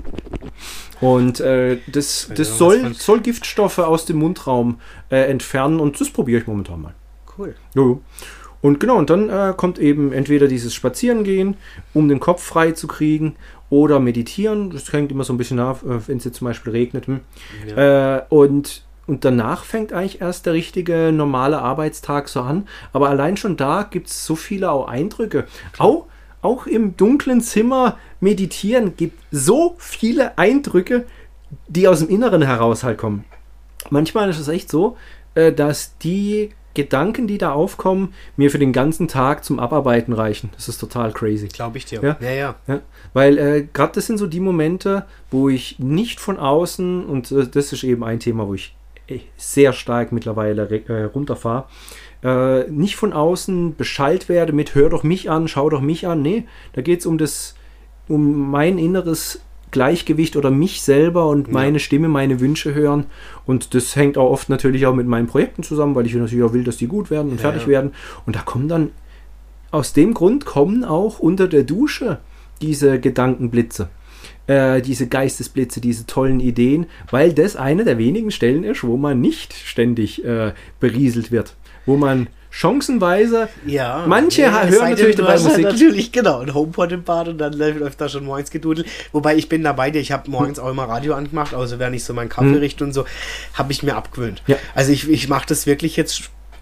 und äh, das, Ja, das was soll, von- soll Giftstoffe aus dem Mundraum äh, entfernen und das probiere ich momentan mal. Cool. Jojo. Und genau, und dann äh, kommt eben entweder dieses Spazierengehen, um den Kopf frei zu kriegen, oder meditieren. Das hängt immer so ein bisschen ab, äh, wenn es jetzt zum Beispiel regnet. Hm. Ja. Äh, und, und danach fängt eigentlich erst der richtige normale Arbeitstag so an. Aber allein schon da gibt es so viele auch Eindrücke. Auch, auch im dunklen Zimmer meditieren gibt so viele Eindrücke, die aus dem Inneren heraus halt kommen. Manchmal ist es echt so, äh, dass die Gedanken, die da aufkommen, mir für den ganzen Tag zum Abarbeiten reichen. Das ist total crazy. Glaube ich dir. Ja. Ja, ja. Ja, weil äh, gerade das sind so die Momente, wo ich nicht von außen, und äh, das ist eben ein Thema, wo ich äh, sehr stark mittlerweile äh, runterfahre, äh, nicht von außen beschallt werde mit hör doch mich an, schau doch mich an. Nee, da geht es um das, um mein inneres Gleichgewicht oder mich selber und Ja. meine Stimme, meine Wünsche hören. Und das hängt auch oft natürlich auch mit meinen Projekten zusammen, weil ich natürlich auch will, dass die gut werden und Ja, fertig ja. werden. Und da kommen dann, aus dem Grund kommen auch unter der Dusche diese Gedankenblitze, äh, diese Geistesblitze, diese tollen Ideen, weil das eine der wenigen Stellen ist, wo man nicht ständig äh, berieselt wird, wo man chancenweise, Ja. Manche ja, es hören sei denn, natürlich du dabei hast halt Musik. Natürlich, genau. Ein HomePod im Bad und dann läuft, läuft da schon morgens gedudelt. Wobei ich bin dabei, ich habe morgens auch immer Radio angemacht, also während ich so meinen Kaffee Hm. richte und so, habe ich mir abgewöhnt. Ja. Also ich, ich mache das wirklich jetzt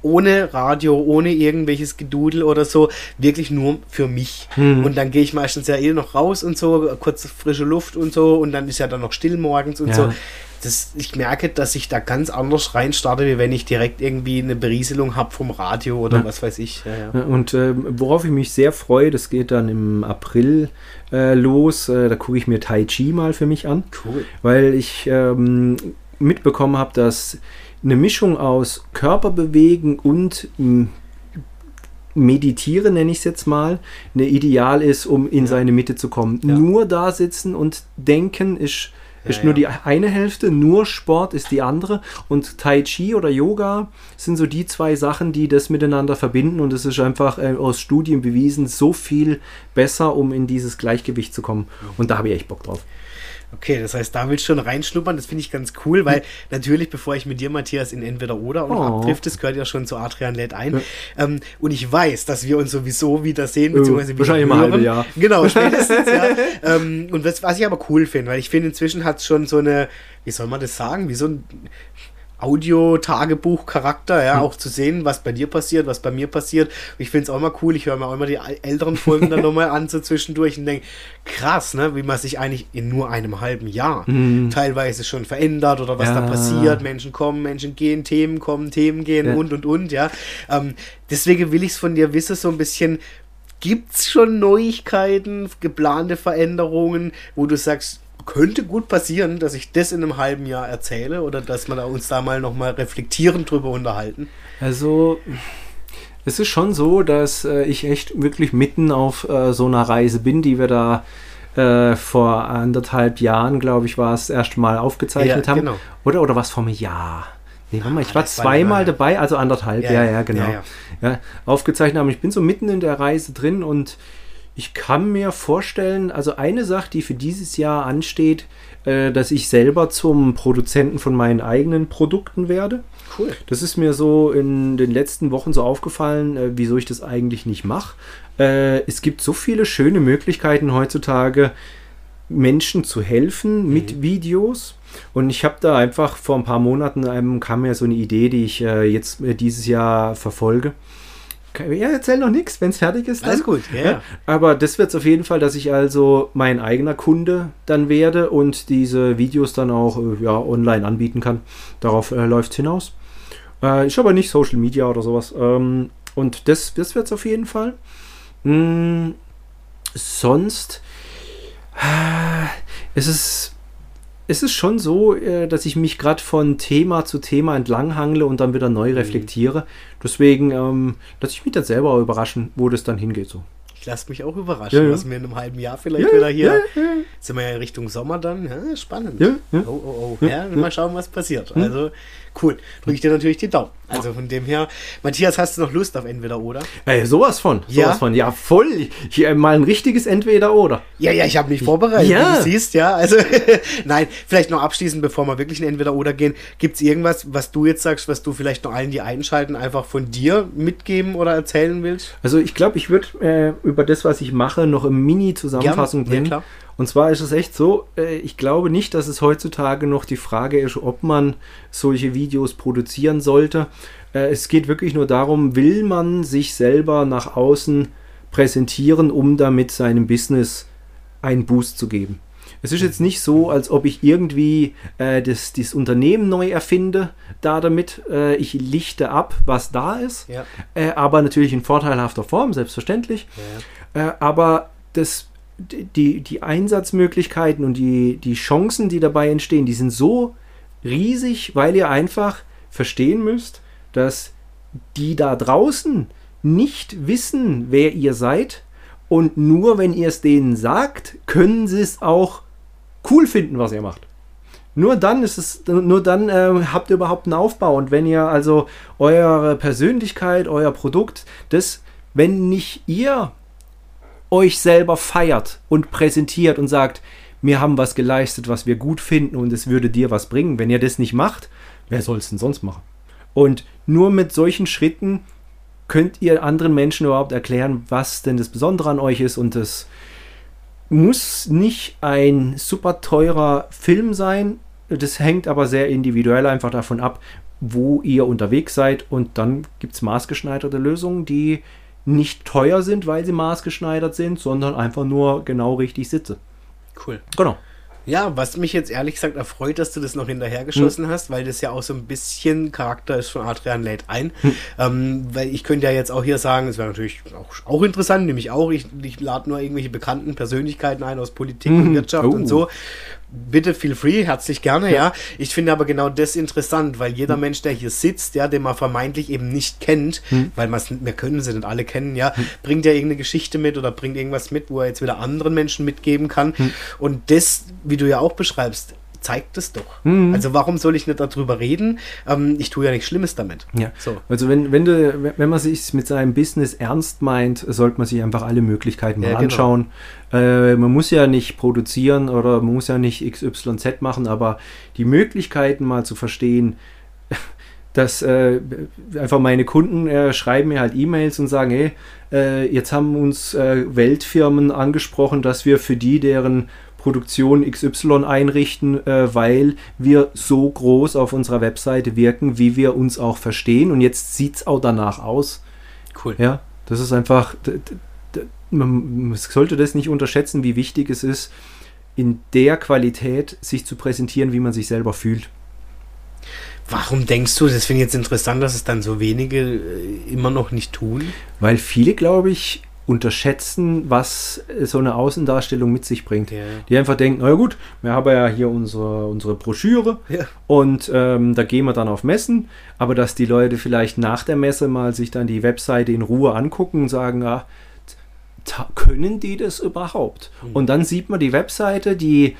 ohne Radio, ohne irgendwelches Gedudel oder so, wirklich nur für mich. Hm. Und dann gehe ich meistens ja eh noch raus und so, kurz frische Luft und so und dann ist ja dann noch still morgens und ja. so. Das, ich merke, dass ich da ganz anders reinstarte, wie wenn ich direkt irgendwie eine Berieselung habe vom Radio oder ja. was weiß ich. Ja, ja. Und äh, worauf ich mich sehr freue, das geht dann im April äh, los, äh, da gucke ich mir Tai Chi mal für mich an. Cool. Weil ich ähm, mitbekommen habe, dass eine Mischung aus Körperbewegen und m- Meditieren, nenne ich es jetzt mal, eine Ideal ist, um in ja. seine Mitte zu kommen. Ja. Nur da sitzen und denken ist Ist ja, nur ja. die eine Hälfte, nur Sport ist die andere und Tai Chi oder Yoga sind so die zwei Sachen, die das miteinander verbinden und es ist einfach äh, aus Studien bewiesen, so viel besser, um in dieses Gleichgewicht zu kommen und da habe ich echt Bock drauf. Okay, das heißt, da willst du schon reinschnuppern, das finde ich ganz cool, weil natürlich, bevor ich mit dir, Matthias, in Entweder-Oder auch noch oh. abtrifft, das gehört ja schon zu Adrian lädt ein. Ja. Ähm, und ich weiß, dass wir uns sowieso wiedersehen, beziehungsweise oh, wahrscheinlich wieder hören. Mal Jahr. Genau, spätestens, ja. Ähm, und was, was ich aber cool finde, weil ich finde, inzwischen hat es schon so eine, wie soll man das sagen, wie so ein Audio-Tagebuch-Charakter, ja, hm. auch zu sehen, was bei dir passiert, was bei mir passiert. Ich finde es auch mal cool, ich höre mir auch immer die älteren Folgen dann nochmal an, so zwischendurch und denke, krass, ne, wie man sich eigentlich in nur einem halben Jahr hm. teilweise schon verändert oder was ja. da passiert, Menschen kommen, Menschen gehen, Themen kommen, Themen gehen ja. und, und, und, ja. Ähm, deswegen will ich es von dir wissen, so ein bisschen, gibt es schon Neuigkeiten, geplante Veränderungen, wo du sagst, könnte gut passieren, dass ich das in einem halben Jahr erzähle oder dass wir uns da mal nochmal reflektierend drüber unterhalten? Also, es ist schon so, dass äh, ich echt wirklich mitten auf äh, so einer Reise bin, die wir da äh, vor anderthalb Jahren, glaube ich, war es, erst mal aufgezeichnet ja, haben. Genau. Oder, oder was vor einem Jahr? Nee, warte mal, ich ah, war zweimal dabei, also anderthalb, ja, ja, ja genau. Ja, ja. Ja, aufgezeichnet haben. Ich bin so mitten in der Reise drin und ich kann mir vorstellen, also eine Sache, die für dieses Jahr ansteht, äh, dass ich selber zum Produzenten von meinen eigenen Produkten werde. Cool. Das ist mir so in den letzten Wochen so aufgefallen, äh, wieso ich das eigentlich nicht mache. Äh, es gibt so viele schöne Möglichkeiten heutzutage, Menschen zu helfen mit mhm. Videos. Und ich habe da einfach vor ein paar Monaten ähm, kam mir so eine Idee, die ich äh, jetzt äh, dieses Jahr verfolge. Ja, erzähl noch nichts, wenn es fertig ist. Dann. Alles gut, ja. ja. Aber das wird es auf jeden Fall, dass ich also mein eigener Kunde dann werde und diese Videos dann auch äh, ja, online anbieten kann. Darauf äh, läuft es hinaus. Äh, ist aber nicht Social Media oder sowas. Ähm, und das, das wird es auf jeden Fall. Hm, sonst äh, es ist Es ist schon so, dass ich mich gerade von Thema zu Thema entlanghangle und dann wieder neu reflektiere. Deswegen ähm, lasse ich mich dann selber auch überraschen, wo das dann hingeht. So. Ich lasse mich auch überraschen, ja, ja. was wir in einem halben Jahr vielleicht ja, wieder hier... Ja, ja. Sind wir ja Richtung Sommer dann. Ja, spannend. Ja, ja. Oh, oh, oh. Ja, ja, mal schauen, was passiert. Also, cool. Drücke ich dir natürlich die Daumen. Also von dem her... Matthias, hast du noch Lust auf Entweder-Oder? Ey, sowas von. Sowas ja? von. Ja, voll. Hier mal ein richtiges Entweder-Oder. Ja, ja, ich habe mich vorbereitet, ja. wie du siehst. Ja, also... Nein, vielleicht noch abschließend, bevor wir wirklich in Entweder-Oder gehen. Gibt es irgendwas, was du jetzt sagst, was du vielleicht noch allen, die einschalten, einfach von dir mitgeben oder erzählen willst? Also ich glaube, ich würde äh, über das, was ich mache, noch eine Mini-Zusammenfassung bringen. Ja, klar. Und zwar ist es echt so, äh, ich glaube nicht, dass es heutzutage noch die Frage ist, ob man solche Videos produzieren sollte. Äh, es geht wirklich nur darum, will man sich selber nach außen präsentieren, um damit seinem Business einen Boost zu geben. Es ist jetzt nicht so, als ob ich irgendwie äh, das, das Unternehmen neu erfinde, da damit. Äh, ich lichte ab, was da ist, ja. äh, aber natürlich in vorteilhafter Form, selbstverständlich. Ja. Äh, aber das, die, die Einsatzmöglichkeiten und die, die Chancen, die dabei entstehen, die sind so riesig, weil ihr einfach verstehen müsst, dass die da draußen nicht wissen, wer ihr seid. Und nur wenn ihr es denen sagt, können sie es auch cool finden, was ihr macht. Nur dann ist es, nur dann äh, habt ihr überhaupt einen Aufbau. Und wenn ihr also eure Persönlichkeit, euer Produkt, das, wenn nicht ihr euch selber feiert und präsentiert und sagt, wir haben was geleistet, was wir gut finden und es würde dir was bringen. Wenn ihr das nicht macht, wer soll es denn sonst machen? Und nur mit solchen Schritten könnt ihr anderen Menschen überhaupt erklären, was denn das Besondere an euch ist. Und das muss nicht ein super teurer Film sein. Das hängt aber sehr individuell einfach davon ab, wo ihr unterwegs seid und dann gibt es maßgeschneiderte Lösungen, die nicht teuer sind, weil sie maßgeschneidert sind, sondern einfach nur genau richtig sitzen. Cool. Genau. Ja, was mich jetzt ehrlich gesagt erfreut, dass du das noch hinterhergeschossen hm. hast, weil das ja auch so ein bisschen Charakter ist von Adrian lädt ein. Hm. Ähm, weil ich könnte ja jetzt auch hier sagen, es wäre natürlich auch, auch interessant, nämlich auch, ich, ich lade nur irgendwelche bekannten Persönlichkeiten ein aus Politik hm. und Wirtschaft oh. und so. Bitte feel free, herzlich gerne, ja. ja. Ich finde aber genau das interessant, weil jeder hm. Mensch, der hier sitzt, ja, den man vermeintlich eben nicht kennt, hm. weil wir können sie nicht alle kennen, ja, hm. bringt ja irgendeine Geschichte mit oder bringt irgendwas mit, wo er jetzt wieder anderen Menschen mitgeben kann. Hm. Und das, wie du ja auch beschreibst, zeigt es doch. Mhm. Also warum soll ich nicht darüber reden? Ähm, ich tue ja nichts Schlimmes damit. Ja. So. Also wenn, wenn, du, wenn man sich mit seinem Business ernst meint, sollte man sich einfach alle Möglichkeiten mal ja, anschauen. Genau. Äh, man muss ja nicht produzieren oder man muss ja nicht X Y Z machen, aber die Möglichkeiten mal zu verstehen, dass äh, einfach meine Kunden äh, schreiben mir halt E-Mails und sagen, hey, äh, jetzt haben uns äh, Weltfirmen angesprochen, dass wir für die deren Produktion X Y einrichten, äh, weil wir so groß auf unserer Webseite wirken, wie wir uns auch verstehen. Und jetzt sieht es auch danach aus. Cool. Ja, das ist einfach, d- d- man sollte das nicht unterschätzen, wie wichtig es ist, in der Qualität sich zu präsentieren, wie man sich selber fühlt. Warum denkst du, das finde ich jetzt interessant, dass es dann so wenige äh, immer noch nicht tun? Weil viele, glaube ich, unterschätzen, was so eine Außendarstellung mit sich bringt. Ja. Die einfach denken, na gut, wir haben ja hier unsere, unsere Broschüre ja. und ähm, da gehen wir dann auf Messen, aber dass die Leute vielleicht nach der Messe mal sich dann die Webseite in Ruhe angucken und sagen, ah, ta- können die das überhaupt? Mhm. Und dann sieht man die Webseite, die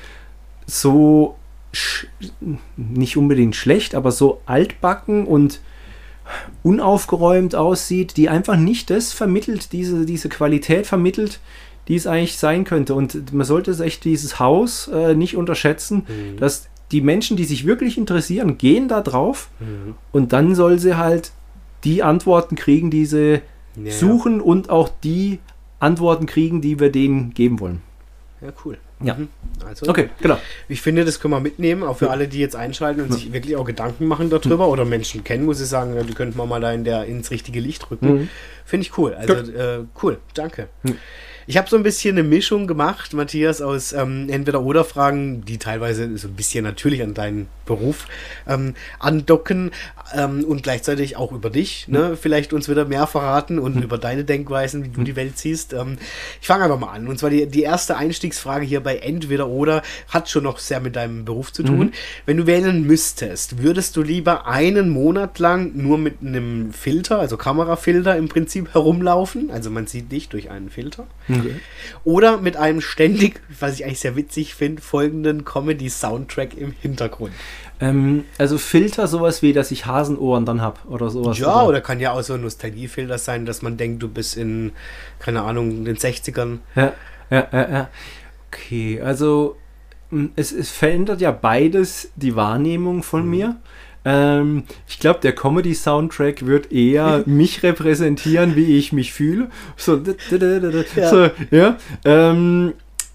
so sch- nicht unbedingt schlecht, aber so altbacken und unaufgeräumt aussieht, die einfach nicht das vermittelt, diese, diese Qualität vermittelt, die es eigentlich sein könnte. Und man sollte echt dieses Haus äh, nicht unterschätzen, mhm. dass die Menschen, die sich wirklich interessieren, gehen da drauf mhm. und dann soll sie halt die Antworten kriegen, die sie ja, suchen ja. und auch die Antworten kriegen, die wir denen geben wollen. Ja, cool. Ja. Mhm. Also, okay, genau. Ich finde, das können wir mitnehmen, auch für ja. alle, die jetzt einschalten und ja. sich wirklich auch Gedanken machen darüber mhm. oder Menschen kennen, muss ich sagen, die könnten wir mal da in der, ins richtige Licht rücken. Mhm. Finde ich cool. Also äh, cool, danke. Mhm. Ich habe so ein bisschen eine Mischung gemacht, Matthias, aus ähm, Entweder-Oder-Fragen, die teilweise so ein bisschen natürlich an deinen Beruf ähm, andocken ähm, und gleichzeitig auch über dich, ne? Mhm. Vielleicht uns wieder mehr verraten und mhm. über deine Denkweisen, wie du mhm. die Welt siehst. Ähm, ich fange einfach mal an. Und zwar die, die erste Einstiegsfrage hier bei Entweder-Oder hat schon noch sehr mit deinem Beruf zu tun. Mhm. Wenn du wählen müsstest, würdest du lieber einen Monat lang nur mit einem Filter, also Kamerafilter im Prinzip herumlaufen? Also man sieht dich durch einen Filter. Mhm. Okay. Oder mit einem ständig, was ich eigentlich sehr witzig finde, folgenden Comedy-Soundtrack im Hintergrund. Ähm, also Filter, sowas wie, dass ich Hasenohren dann habe oder sowas. Ja, oder? oder kann ja auch so ein Nostalgiefilter sein, dass man denkt, du bist in, keine Ahnung, in den sechzigern. Ja, ja, ja, ja. Okay, also es, es verändert ja beides die Wahrnehmung von mhm. mir. Ähm, ich glaube, der Comedy-Soundtrack wird eher mich repräsentieren, wie ich mich fühle. So, ja. so ja. Ähm,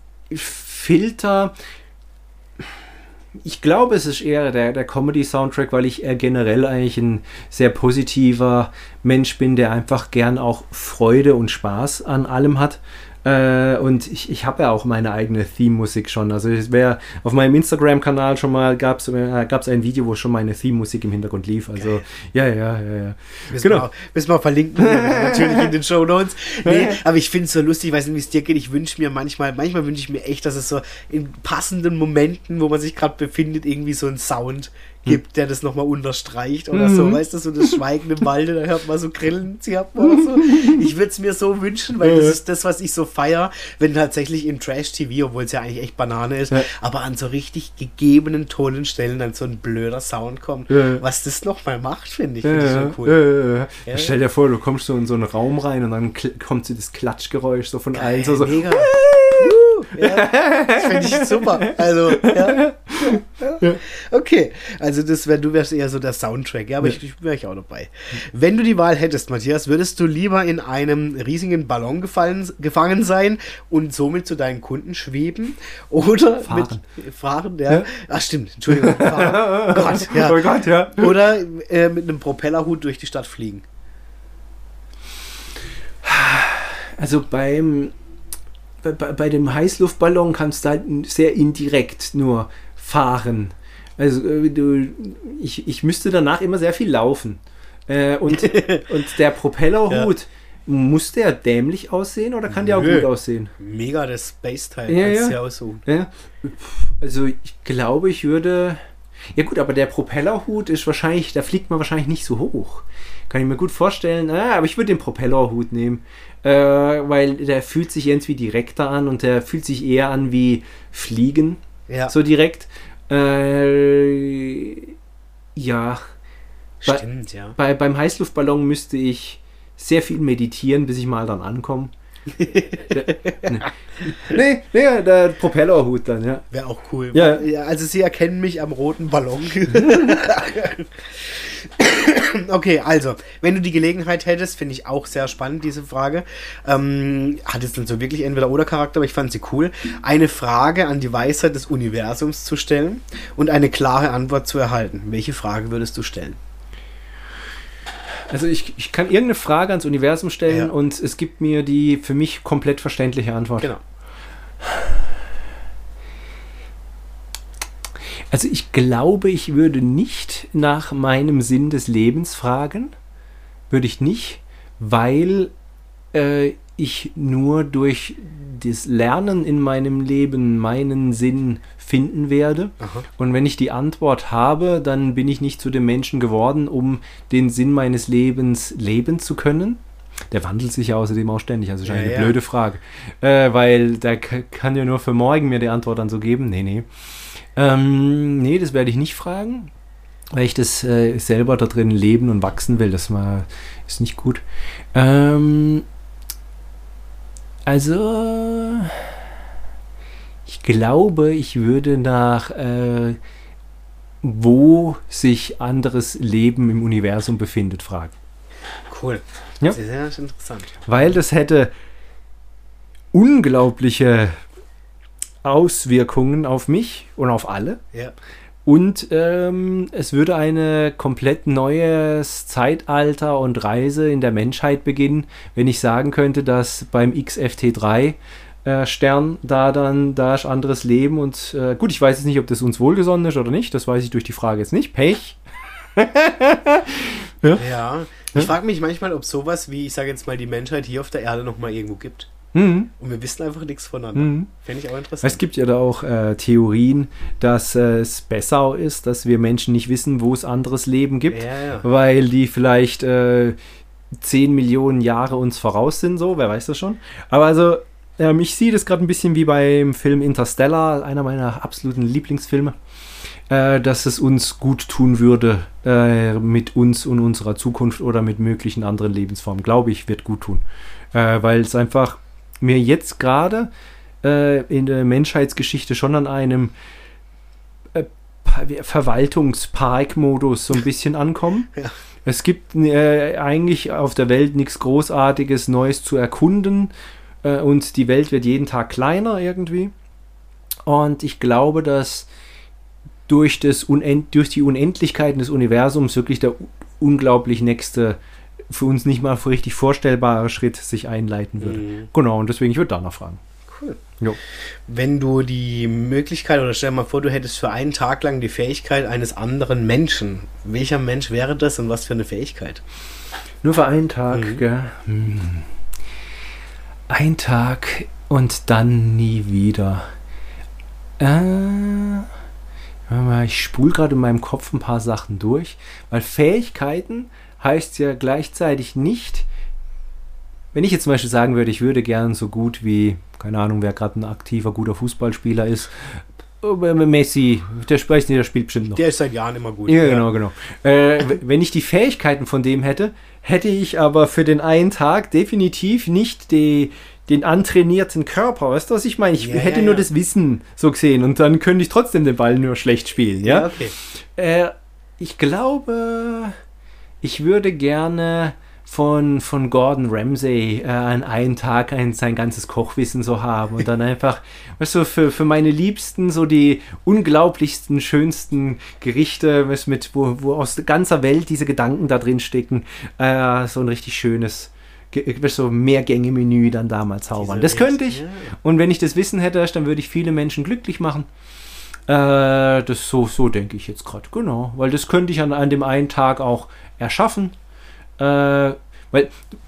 Filter. Ich glaube, es ist eher der, der Comedy-Soundtrack, weil ich eher generell eigentlich ein sehr positiver Mensch bin, der einfach gern auch Freude und Spaß an allem hat. Äh, und ich, ich habe ja auch meine eigene Theme-Musik schon. Also es wäre auf meinem Instagram-Kanal schon mal, gab es äh, gab's ein Video, wo schon meine Theme-Musik im Hintergrund lief. Also okay. ja, ja, ja, ja. Müssen genau. wir, müssen wir verlinken, natürlich in den Shownotes. Nee, aber ich finde es so lustig, ich weiß nicht, wie es dir geht. Ich wünsche mir manchmal, manchmal wünsche ich mir echt, dass es so in passenden Momenten, wo man sich gerade befindet, irgendwie so einen Sound gibt, der das nochmal unterstreicht oder mhm. so, weißt du, so das Schweigen im Walde, da hört man so Grillen zirpen oder so. Ich würde es mir so wünschen, weil das ist das, was ich so feiere, wenn tatsächlich im Trash-T V, obwohl es ja eigentlich echt Banane ist, ja. aber an so richtig gegebenen, tollen Stellen dann so ein blöder Sound kommt. Ja. Was das nochmal macht, finde ich, find ja, ich schon cool. Ja, ja, ja. Stell dir vor, du kommst so in so einen Raum rein und dann kl- kommt so das Klatschgeräusch so von allen. So, so. Mega. Ja, das finde ich super. Also, ja. ja. Okay, also das wär, du wärst eher so der Soundtrack, ja, aber ja. ich, ich wäre ich auch dabei. Wenn du die Wahl hättest, Matthias, würdest du lieber in einem riesigen Ballon gefallen, gefangen sein und somit zu deinen Kunden schweben oder fahren. mit fahren, ja. ja. Ach stimmt, Entschuldigung. Fahren. Oh Gott, ja. Oh Gott, ja. Oder äh, mit einem Propellerhut durch die Stadt fliegen. Also beim bei, bei dem Heißluftballon kannst du halt sehr indirekt nur fahren. Also du, ich, ich müsste danach immer sehr viel laufen. Äh, und, und der Propellerhut, ja. muss der dämlich aussehen oder kann der auch Nö. gut aussehen? Mega, das Space-Teil ja, kannst ja. du ja aussuchen. Ja. Also ich glaube, ich würde... Ja gut, aber der Propellerhut ist wahrscheinlich, da fliegt man wahrscheinlich nicht so hoch. Kann ich mir gut vorstellen. Ah, aber ich würde den Propellerhut nehmen, äh, weil der fühlt sich irgendwie direkter an und der fühlt sich eher an wie Fliegen, ja. so direkt. Äh, ja. Stimmt, bei, ja. Bei, beim Heißluftballon müsste ich sehr viel meditieren, bis ich mal dann ankomme. nee, nee, der Propellerhut dann, ja. Wäre auch cool. Ja. Ja, also sie erkennen mich am roten Ballon. Okay, also, wenn du die Gelegenheit hättest, finde ich auch sehr spannend, diese Frage. Ähm, hat es dann so wirklich Entweder-Oder-Charakter, aber ich fand sie cool. Eine Frage an die Weisheit des Universums zu stellen und eine klare Antwort zu erhalten. Welche Frage würdest du stellen? Also ich, ich kann irgendeine Frage ans Universum stellen ja. und es gibt mir die für mich komplett verständliche Antwort. Genau. Also ich glaube, ich würde nicht nach meinem Sinn des Lebens fragen. Würde ich nicht, weil äh, ich nur durch das Lernen in meinem Leben meinen Sinn finden werde. Aha. Und wenn ich die Antwort habe, dann bin ich nicht zu dem Menschen geworden, um den Sinn meines Lebens leben zu können. Der wandelt sich ja außerdem auch ständig, also ist eine ja, ja. blöde Frage. Äh, weil der k- kann ja nur für morgen mir die Antwort dann so geben. Nee, nee. Ähm, nee, das werde ich nicht fragen, weil ich das äh, selber da drin leben und wachsen will. Das mal, ist nicht gut. Ähm, also, ich glaube, ich würde nach, äh, wo sich anderes Leben im Universum befindet, fragen. Cool. Ja? Das ist sehr interessant. Weil das hätte unglaubliche Auswirkungen auf mich und auf alle. Ja. Und ähm, es würde ein komplett neues Zeitalter und Reise in der Menschheit beginnen, wenn ich sagen könnte, dass beim X F T drei äh, Stern da dann da ist anderes Leben und äh, gut, ich weiß jetzt nicht, ob das uns wohlgesonnen ist oder nicht, das weiß ich durch die Frage jetzt nicht. Pech. ja. ja, ich frage mich manchmal, ob sowas wie, ich sage jetzt mal, die Menschheit hier auf der Erde noch mal irgendwo gibt. Mhm. Und wir wissen einfach nichts voneinander. Mhm. Fände ich auch interessant. Es gibt ja da auch äh, Theorien, dass äh, es besser ist, dass wir Menschen nicht wissen, wo es anderes Leben gibt, ja, ja. weil die vielleicht äh, zehn Millionen Jahre uns voraus sind, so, wer weiß das schon. Aber also, ähm, ich sehe das gerade ein bisschen wie beim Film Interstellar, einer meiner absoluten Lieblingsfilme, äh, dass es uns gut tun würde äh, mit uns und unserer Zukunft oder mit möglichen anderen Lebensformen. Glaube ich, wird gut tun. Äh, weil es einfach mir jetzt gerade äh, in der Menschheitsgeschichte schon an einem äh, Verwaltungspark-Modus so ein bisschen ankommen. Ja. Es gibt äh, eigentlich auf der Welt nichts Großartiges Neues zu erkunden äh, und die Welt wird jeden Tag kleiner irgendwie. Und ich glaube, dass durch, das Unend- durch die Unendlichkeiten des Universums wirklich der unglaublich nächste, für uns nicht mal richtig vorstellbare Schritt sich einleiten würde. Mhm. Genau, und deswegen, ich würde danach fragen. Cool. Jo. Wenn du die Möglichkeit, oder stell dir mal vor, du hättest für einen Tag lang die Fähigkeit eines anderen Menschen. Welcher Mensch wäre das und was für eine Fähigkeit? Nur für einen Tag, Mhm. gell? Hm. Ein Tag und dann nie wieder. Äh, ich spule gerade in meinem Kopf ein paar Sachen durch, weil Fähigkeiten heißt ja gleichzeitig nicht, wenn ich jetzt zum Beispiel sagen würde, ich würde gern so gut wie, keine Ahnung, wer gerade ein aktiver, guter Fußballspieler ist, Messi, der spricht nicht, der spielt bestimmt noch. Der ist seit Jahren immer gut. Ja, genau, genau. Äh, wenn ich die Fähigkeiten von dem hätte, hätte ich aber für den einen Tag definitiv nicht die, den antrainierten Körper. Weißt du, was ich meine? Ich ja, hätte ja, nur ja. das Wissen so gesehen und dann könnte ich trotzdem den Ball nur schlecht spielen. Ja, ja okay. Äh, ich glaube, ich würde gerne von, von Gordon Ramsay äh, an einem Tag ein, sein ganzes Kochwissen so haben und dann einfach, weißt du, für, für meine Liebsten so die unglaublichsten, schönsten Gerichte, weißt, mit, wo, wo aus ganzer Welt diese Gedanken da drin stecken, äh, so ein richtig schönes, weißt, so Mehrgänge-Menü dann da mal zaubern. Diese Das könnte ich. ja. Und wenn ich das Wissen hätte, dann würde ich viele Menschen glücklich machen. Äh, das so, so denke ich jetzt gerade, genau. Weil das könnte ich an, an dem einen Tag auch erschaffen. Äh, weil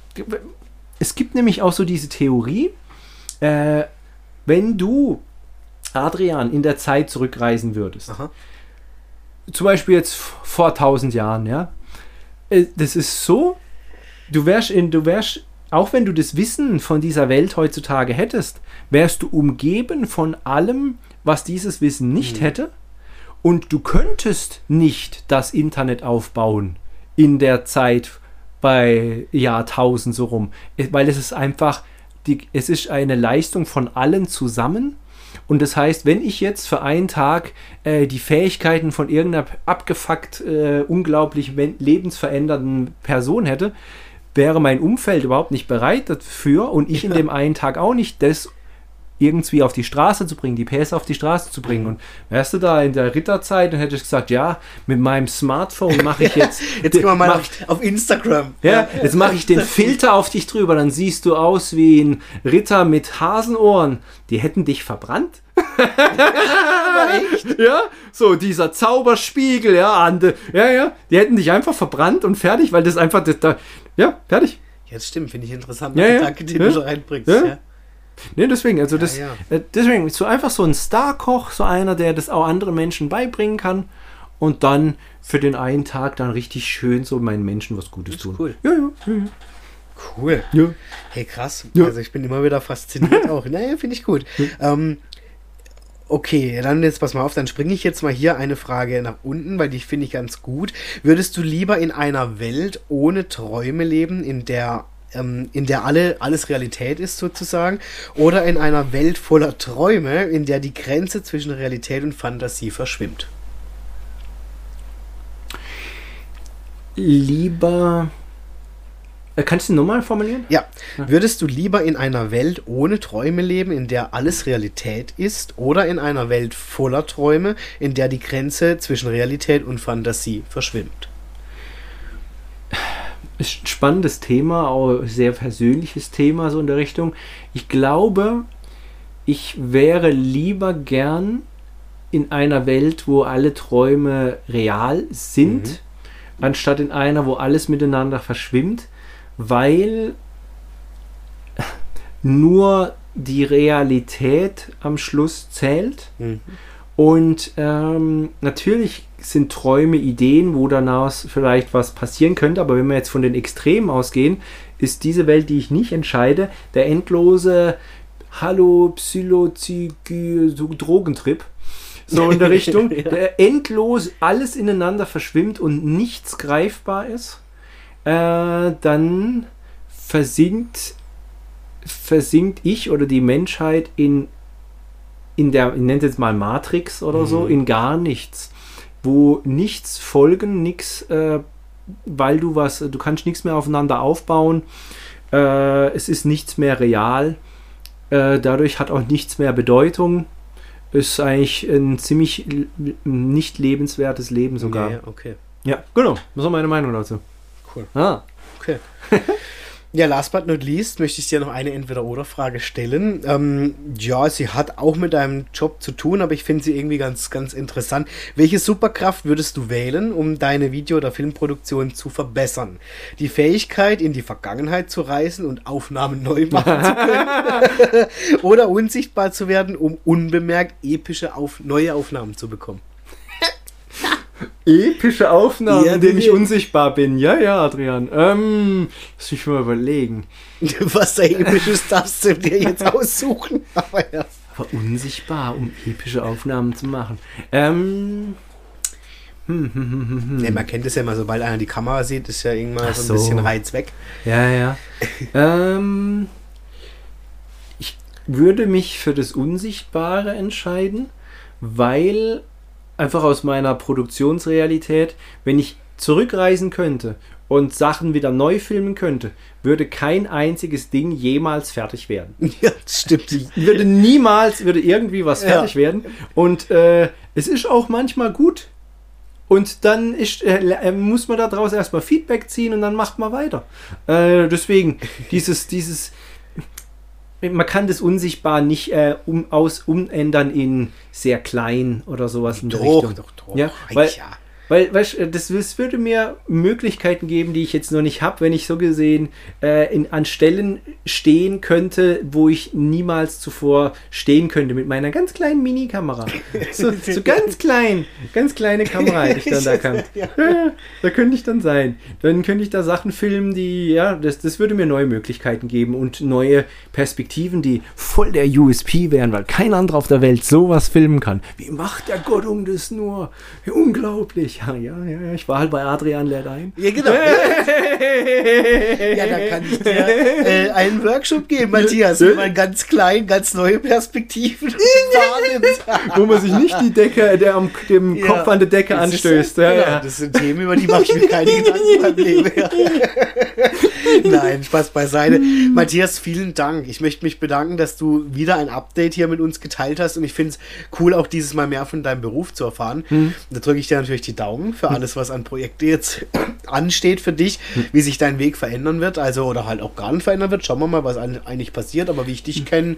es gibt nämlich auch so diese Theorie, äh, wenn du, Adrian, in der Zeit zurückreisen würdest, Aha. zum Beispiel jetzt vor tausend Jahren, ja, äh, das ist so, du wärst in, du wärst, auch wenn du das Wissen von dieser Welt heutzutage hättest, wärst du umgeben von allem, was dieses Wissen nicht mhm. hätte, und du könntest nicht das Internet aufbauen in der Zeit bei Jahrtausend so rum, weil es ist einfach, die, es ist eine Leistung von allen zusammen, und das heißt, wenn ich jetzt für einen Tag äh, die Fähigkeiten von irgendeiner abgefuckt, äh, unglaublich lebensverändernden Person hätte, wäre mein Umfeld überhaupt nicht bereit dafür und ich in dem einen Tag auch nicht, das irgendwie auf die Straße zu bringen, die P S auf die Straße zu bringen. Und wärst du da in der Ritterzeit, dann hätte ich gesagt, ja, mit meinem Smartphone mache ich jetzt... jetzt gehen wir mal mach, auf, auf Instagram. Ja, jetzt mache ich den Filter auf dich drüber, dann siehst du aus wie ein Ritter mit Hasenohren. Die hätten dich verbrannt. Echt? Ja, so dieser Zauberspiegel, ja, Ande, ja, ja, die hätten dich einfach verbrannt und fertig, weil das einfach, das, da, ja, fertig. Jetzt stimmt, finde ich interessant, ja, der ja. Gedanke, den ja. du so reinbringst. Ja. Ja. Ne, deswegen, also das, ja, ja. Äh, deswegen, so einfach so ein Star-Koch, so einer, der das auch anderen Menschen beibringen kann und dann für den einen Tag dann richtig schön so meinen Menschen was Gutes tun. Cool. Ja, ja, ja, ja. Cool. Ja. Hey, krass. Ja. Also ich bin immer wieder fasziniert auch. Naja, finde ich gut. Ja. Ähm, okay, dann jetzt pass mal auf, dann springe ich jetzt mal hier eine Frage nach unten, weil die finde ich ganz gut. Würdest du lieber in einer Welt ohne Träume leben, in der in der alle, alles Realität ist sozusagen, oder in einer Welt voller Träume, in der die Grenze zwischen Realität und Fantasie verschwimmt? Lieber... Kannst du nochmal formulieren? Ja. Würdest du lieber in einer Welt ohne Träume leben, in der alles Realität ist, oder in einer Welt voller Träume, in der die Grenze zwischen Realität und Fantasie verschwimmt? Ist ein spannendes Thema, auch ein sehr persönliches Thema, so in der Richtung. Ich glaube, ich wäre lieber gern in einer Welt, wo alle Träume real sind, mhm. anstatt in einer, wo alles miteinander verschwimmt, weil nur die Realität am Schluss zählt. Mhm. Und ähm, natürlich sind Träume Ideen, wo daraus vielleicht was passieren könnte, aber wenn wir jetzt von den Extremen ausgehen, ist diese Welt, die ich nicht entscheide, der endlose Hallo, Psilocybin, so Drogentrip, so in der Richtung, ja. der endlos alles ineinander verschwimmt und nichts greifbar ist, äh, dann versinkt, versinkt ich oder die Menschheit in in der, ich nenne es jetzt mal Matrix oder mhm. so, in gar nichts. Wo nichts folgen, nichts, äh, weil du was, du kannst nichts mehr aufeinander aufbauen, äh, es ist nichts mehr real, äh, dadurch hat auch nichts mehr Bedeutung. Ist eigentlich ein ziemlich nicht lebenswertes Leben sogar. Nee, okay. Ja, genau. Das ist meine Meinung dazu. Cool. Ah. Okay. Ja, last but not least möchte ich dir noch eine Entweder-Oder-Frage stellen. Ähm, ja, sie hat auch mit deinem Job zu tun, aber ich finde sie irgendwie ganz, ganz interessant. Welche Superkraft würdest du wählen, um deine Video- oder Filmproduktion zu verbessern? Die Fähigkeit, in die Vergangenheit zu reisen und Aufnahmen neu machen zu können? Oder unsichtbar zu werden, um unbemerkt epische Auf- neue Aufnahmen zu bekommen? Epische Aufnahmen, ja, in denen ich unsichtbar bin. Ja, ja, Adrian. Ähm, lass mich mal überlegen. Was da episches darfst du dir jetzt aussuchen. Aber ja. Aber unsichtbar, um epische Aufnahmen zu machen? Ähm... Hm, hm, hm, hm, hm. Nee, man kennt es ja immer, sobald einer die Kamera sieht, ist ja irgendwann so ein so. bisschen Reiz weg. Ja, ja. ähm, ich würde mich für das Unsichtbare entscheiden, weil einfach aus meiner Produktionsrealität, wenn ich zurückreisen könnte und Sachen wieder neu filmen könnte, würde kein einziges Ding jemals fertig werden. Ja, das stimmt. Würde niemals, würde irgendwie was fertig ja. werden. Und äh, es ist auch manchmal gut. Und dann ist, äh, muss man daraus erstmal Feedback ziehen und dann macht man weiter. Äh, deswegen, dieses, dieses, man kann das Unsichtbar nicht äh, um, aus, umändern in sehr klein oder sowas in der doch, Richtung. Doch, doch, doch. Ja, weil, ja. Weil, weißt, das, das würde mir Möglichkeiten geben, die ich jetzt noch nicht habe, wenn ich so gesehen äh, in, an Stellen stehen könnte, wo ich niemals zuvor stehen könnte mit meiner ganz kleinen Mini-Kamera. So, so ganz klein, ganz kleine Kamera hätte ich dann da kann. Ja, da könnte ich dann sein. Dann könnte ich da Sachen filmen, die, ja, das, das würde mir neue Möglichkeiten geben und neue Perspektiven, die voll der U S P wären, weil kein anderer auf der Welt sowas filmen kann. Wie macht der Gottung das nur? Unglaublich. Ja, ja, ja, ich war halt bei Adrian lädt ein. Ja, genau. Ja, da kann ich dir äh, einen Workshop geben, Matthias, wo man ganz klein, ganz neue Perspektiven wahrnimmt. Wo man sich nicht die Decke, der am dem ja, Kopf an der Decke anstößt. Ist, ja, ja. Das sind Themen, über die mache ich mir keine Gedanken in meinem Leben. Ja. Nein, Spaß beiseite. Matthias, vielen Dank. Ich möchte mich bedanken, dass du wieder ein Update hier mit uns geteilt hast und ich finde es cool, auch dieses Mal mehr von deinem Beruf zu erfahren. Hm. Da drücke ich dir natürlich die Daumen für alles, was an Projekte jetzt ansteht für dich, wie sich dein Weg verändern wird, also oder halt auch gar nicht verändern wird. Schauen wir mal, was eigentlich passiert, aber wie ich dich kenne,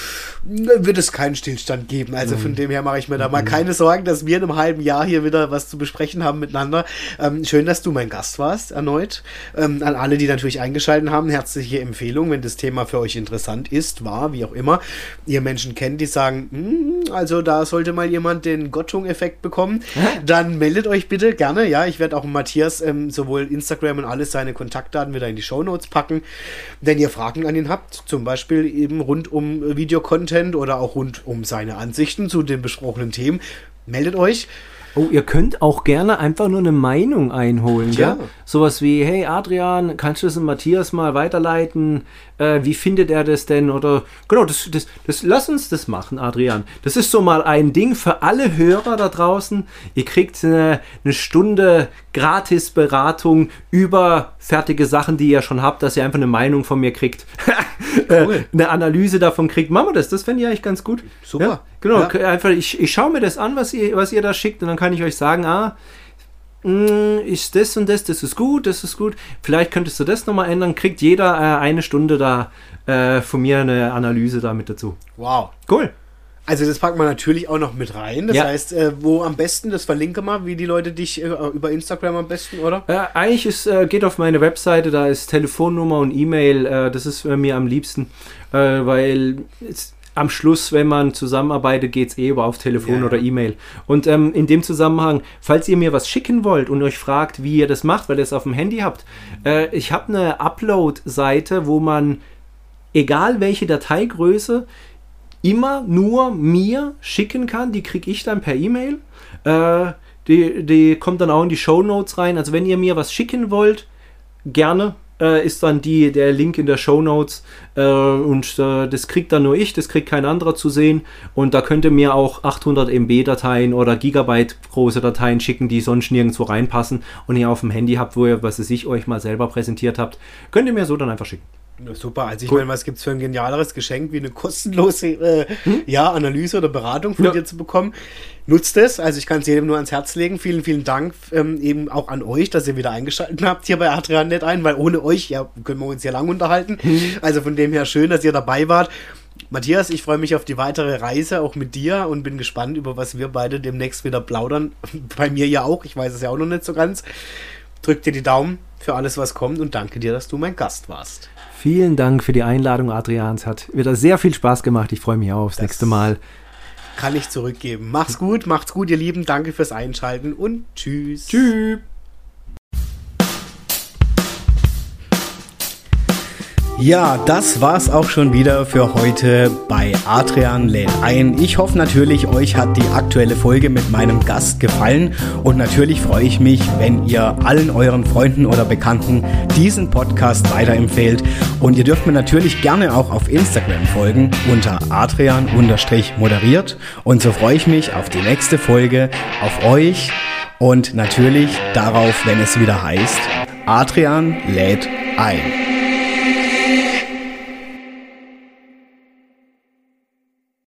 wird es keinen Stillstand geben. Also von dem her mache ich mir da mal keine Sorgen, dass wir in einem halben Jahr hier wieder was zu besprechen haben miteinander. Ähm, schön, dass du mein Gast warst, erneut. Ähm, an alle, die natürlich eingeschaltet haben, herzliche Empfehlung, wenn das Thema für euch interessant ist, war, wie auch immer, ihr Menschen kennt, die sagen, also da sollte mal jemand den Gottung-Effekt bekommen, dann meldet euch bitte gerne. Ja, ich werde auch Matthias ähm, sowohl Instagram und alles seine Kontaktdaten wieder in die Shownotes packen. Wenn ihr Fragen an ihn habt, zum Beispiel eben rund um Videocontent oder auch rund um seine Ansichten zu den besprochenen Themen, meldet euch. Oh, ihr könnt auch gerne einfach nur eine Meinung einholen. Ja. Gell? Sowas wie, hey Adrian, kannst du das an Matthias mal weiterleiten? Äh, wie findet er das denn? Oder genau, das, das, das, lass uns das machen, Adrian. Das ist so mal ein Ding für alle Hörer da draußen. Ihr kriegt eine, eine Stunde Gratis-Beratung über fertige Sachen, die ihr schon habt, dass ihr einfach eine Meinung von mir kriegt. Cool. Eine Analyse davon kriegt. Machen wir das. Das fände ich eigentlich ganz gut. Super. Ja? Genau, ja. Einfach, ich, ich schaue mir das an, was ihr, was ihr da schickt und dann kann ich euch sagen, ah, mh, ist das und das, das ist gut, das ist gut. Vielleicht könntest du das nochmal ändern. Kriegt jeder äh, eine Stunde da äh, von mir eine Analyse da mit dazu. Wow. Cool. Also das packt man natürlich auch noch mit rein. Das ja. heißt, äh, wo am besten, das verlinke mal, wie die Leute dich äh, über Instagram am besten, oder? Äh, eigentlich ist, äh, geht auf meine Webseite, da ist Telefonnummer und E-Mail, äh, das ist mir am liebsten, äh, weil es, am Schluss, wenn man zusammenarbeitet, geht es eh über auf Telefon ja. oder E-Mail. Und ähm, in dem Zusammenhang, falls ihr mir was schicken wollt und euch fragt, wie ihr das macht, weil ihr es auf dem Handy habt, äh, ich habe eine Upload-Seite, wo man, egal welche Dateigröße, immer nur mir schicken kann, die kriege ich dann per E-Mail. Äh, die, die kommt dann auch in die Shownotes rein. Also wenn ihr mir was schicken wollt, gerne, äh, ist dann die, der Link in der Shownotes. Äh, und äh, das kriegt dann nur ich, das kriegt kein anderer zu sehen. Und da könnt ihr mir auch achthundert Megabyte Dateien oder Gigabyte große Dateien schicken, die sonst nirgendwo reinpassen und ihr auf dem Handy habt, wo ihr, was weiß ich, euch mal selber präsentiert habt. Könnt ihr mir so dann einfach schicken. Super, also ich cool. meine, was gibt es für ein genialeres Geschenk, wie eine kostenlose äh, hm? ja, Analyse oder Beratung von ja. dir zu bekommen. Nutzt es, also ich kann es jedem nur ans Herz legen. Vielen, vielen Dank ähm, eben auch an euch, dass ihr wieder eingeschaltet habt hier bei Adrian lädt ein, weil ohne euch, ja, können wir uns ja lang unterhalten. Hm. Also von dem her schön, dass ihr dabei wart. Matthias, ich freue mich auf die weitere Reise, auch mit dir und bin gespannt, über was wir beide demnächst wieder plaudern. Bei mir ja auch, ich weiß es ja auch noch nicht so ganz. Drück dir die Daumen für alles, was kommt und danke dir, dass du mein Gast warst. Vielen Dank für die Einladung, Adrian. Es hat wieder sehr viel Spaß gemacht. Ich freue mich auch aufs das nächste Mal. Kann ich zurückgeben. Mach's gut, macht's gut, ihr Lieben. Danke fürs Einschalten und tschüss. Tschüss. Ja, das war's auch schon wieder für heute bei Adrian lädt ein. Ich hoffe natürlich, euch hat die aktuelle Folge mit meinem Gast gefallen und natürlich freue ich mich, wenn ihr allen euren Freunden oder Bekannten diesen Podcast weiterempfehlt und ihr dürft mir natürlich gerne auch auf Instagram folgen unter Adrian-moderiert und so freue ich mich auf die nächste Folge, auf euch und natürlich darauf, wenn es wieder heißt, Adrian lädt ein.